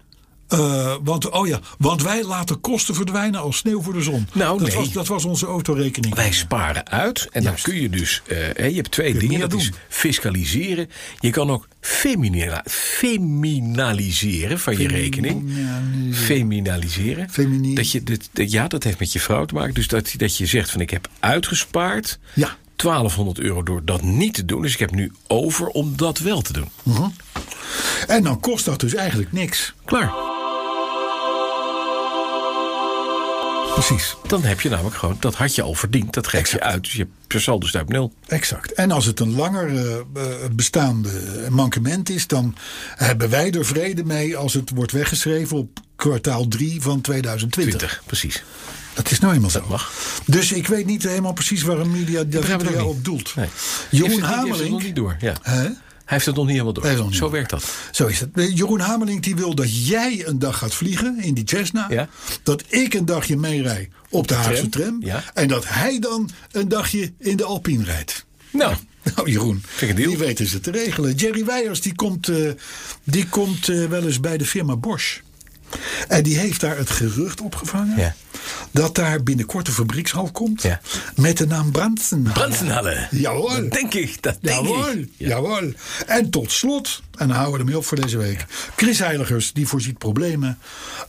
Speaker 6: Want wij laten kosten verdwijnen als sneeuw voor de zon. Nou, dat was onze autorekening.
Speaker 5: Wij sparen uit en dan kun je dus... je hebt 2 dingen. Dat is fiscaliseren. Je kan ook feminaliseren van je rekening. Feminaliseren. Dat heeft met je vrouw te maken. Dus dat je zegt van ik heb uitgespaard...
Speaker 6: Ja.
Speaker 5: €1200 door dat niet te doen. Dus ik heb nu over om dat wel te doen.
Speaker 6: Uh-huh. En dan kost dat dus eigenlijk niks.
Speaker 5: Klaar. Precies. Dan heb je namelijk gewoon, dat had je al verdiend. Dat geef je uit. Dus je saldo staat op 0.
Speaker 6: Exact. En als het een langer bestaande mankement is, dan hebben wij er vrede mee als het wordt weggeschreven op kwartaal 3 van 2020.
Speaker 5: Precies.
Speaker 6: Dat is nou eenmaal zo.
Speaker 5: Dat mag.
Speaker 6: Dus ik weet niet helemaal precies waarom Media Daventria op doelt. Nee. Jeroen Hamelink.
Speaker 5: Nog niet door. Ja. Hij heeft het nog niet helemaal door. Zo werkt dat.
Speaker 6: Zo is het. Jeroen Hamelink die wil dat jij een dag gaat vliegen in die Cessna. Ja. Dat ik een dagje meerij op de Haagse tram. Ja. En dat hij dan een dagje in de Alpine rijdt. Nou Jeroen, die weten ze te regelen. Jerry Weijers die komt wel eens bij de firma Bosch. En die heeft daar het gerucht opgevangen dat daar binnenkort een fabriekshal komt met de naam Brandsenhalle.
Speaker 5: Brandsenhalle.
Speaker 6: Jawel.
Speaker 5: Dat denk ik.
Speaker 6: Jawel. En tot slot, en dan houden we ermee op voor deze week. Chris Heiligers, die voorziet problemen.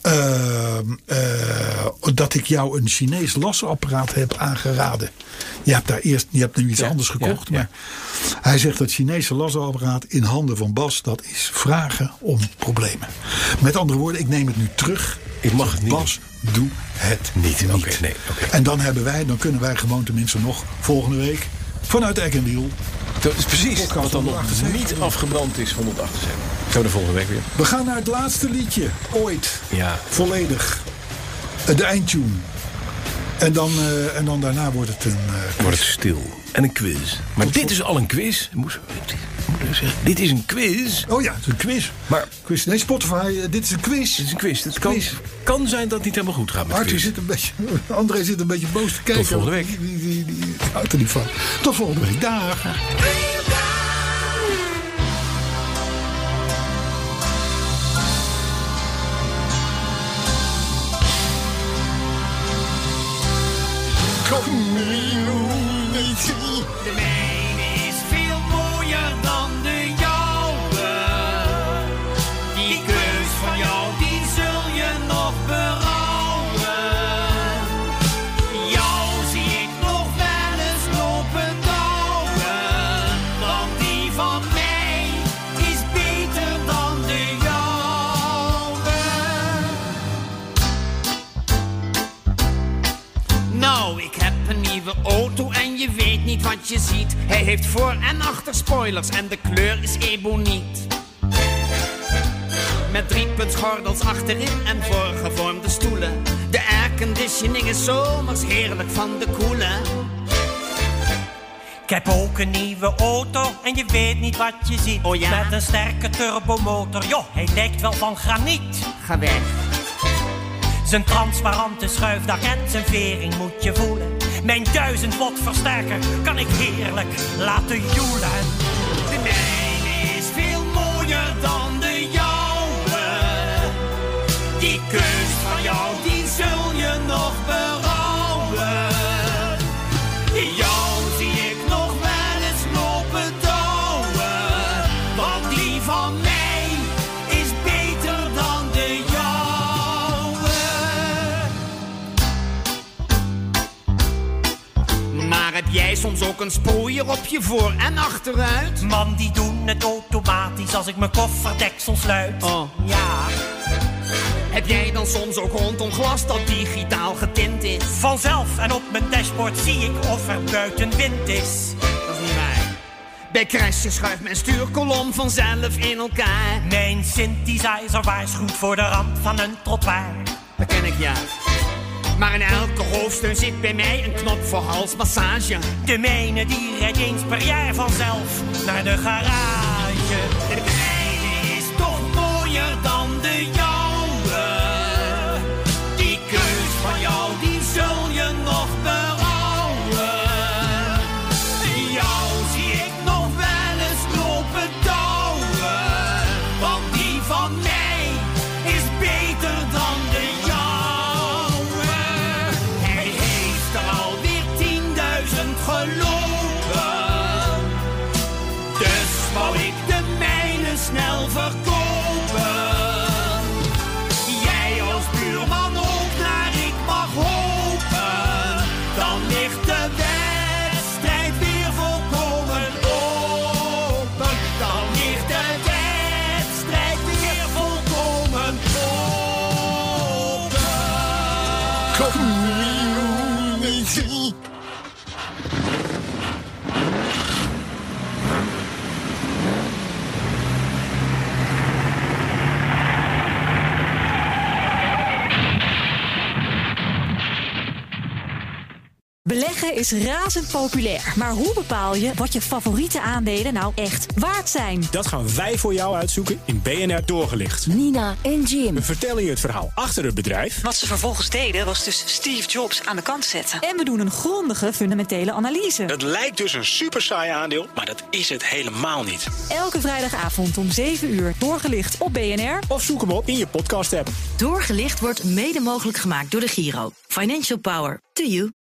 Speaker 6: Dat ik jou een Chinees lasapparaat heb aangeraden. Je hebt nu iets anders gekocht. Maar hij zegt dat Chinese lasapparaat in handen van Bas, dat is vragen om problemen. Met andere woorden, ik neem het nu terug.
Speaker 5: Ik mag het niet.
Speaker 6: Bas, doe het niet.
Speaker 5: Okay.
Speaker 6: En dan kunnen wij gewoon tenminste nog volgende week vanuit Eck en Wiel.
Speaker 5: Dat is precies wat dan nog niet afgebrand is van 178. Zo de volgende week weer.
Speaker 6: We gaan naar het laatste liedje ooit.
Speaker 5: Ja.
Speaker 6: Volledig. De eindtune. En dan daarna wordt het
Speaker 5: wordt het stil. En een quiz. Maar dit is al een quiz. Dit is een quiz.
Speaker 6: Oh ja, het is een quiz.
Speaker 5: Maar
Speaker 6: quiz. Nee, Spotify, dit is een quiz.
Speaker 5: Dit is een quiz. Het kan zijn dat het niet helemaal goed gaat met
Speaker 6: André zit een beetje boos te kijken.
Speaker 5: Tot volgende week.
Speaker 6: Die houdt er niet van. Tot volgende week. Dag.
Speaker 8: De mijne is veel mooier dan de jouwe. Die keus van jou, die zul je nog berouwen. Jou zie ik nog wel eens lopen douwen. Want die van mij is beter dan de jouwe. Nou, ik heb een nieuwe auto en je niet wat je ziet. Hij heeft voor- en achterspoilers en de kleur is eboniet. Met 3-puntsgordels achterin en voorgevormde stoelen. De airconditioning is zomers heerlijk van de koele.
Speaker 9: Ik heb ook een nieuwe auto en je weet niet wat je ziet.
Speaker 8: Oh ja?
Speaker 9: Met een sterke turbomotor, joh, hij lijkt wel van graniet.
Speaker 8: Ga weg.
Speaker 9: Zijn transparante schuifdak en zijn vering moet je voelen. Mijn 1000 watt versterker kan ik heerlijk laten joelen.
Speaker 8: De mijne is veel mooier dan de jouwe. Die keus van jou, die zul je nog berouwen. Jou zie ik nog wel eens lopen douwen. Want die van mij is beter dan de jouwe. Maar heb jij soms ook een sproeier op je voor- en achteruit?
Speaker 9: Man, die doen het automatisch als ik mijn kofferdeksel sluit.
Speaker 8: Oh.
Speaker 9: Ja.
Speaker 8: Heb jij dan soms ook rondom glas dat digitaal getint is?
Speaker 9: Vanzelf en op mijn dashboard zie ik of er buiten wind is.
Speaker 8: Dat is niet waar. Bij crashes schuift mijn stuurkolom vanzelf in elkaar.
Speaker 9: Mijn synthesizer waarschuwt voor de rand van een trottoir.
Speaker 8: Dat ken ik ja. Maar in elke hoofdsteun zit bij mij een knop voor halsmassage.
Speaker 9: De mijne die rijdt eens per jaar vanzelf naar de garage.
Speaker 8: De mijne is toch mooier dan de jouwe. Die keus van jou, die zul je nog berouwen. Jou zie ik nog wel eens lopen douwen. Want die van mij is beter dan de jouwe. Hij heeft er alweer 10.000 gelopen. Dus wou ik de mijne snel verkopen. Jij als buurman ook naar ik mag hopen. Dan ligt de wedstrijd weer volkomen open. Dan ligt de wedstrijd weer volkomen open.
Speaker 1: Beleggen is razend populair. Maar hoe bepaal je wat je favoriete aandelen nou echt waard zijn?
Speaker 10: Dat gaan wij voor jou uitzoeken in BNR Doorgelicht.
Speaker 1: Nina en Jim.
Speaker 10: We vertellen je het verhaal achter het bedrijf.
Speaker 11: Wat ze vervolgens deden was dus Steve Jobs aan de kant zetten.
Speaker 1: En we doen een grondige fundamentele analyse.
Speaker 2: Het lijkt dus een super saai aandeel, maar dat is het helemaal niet.
Speaker 1: Elke vrijdagavond om 7 uur Doorgelicht op BNR.
Speaker 10: Of zoek hem op in je podcast-app.
Speaker 3: Doorgelicht wordt mede mogelijk gemaakt door de Giro. Financial Power to you.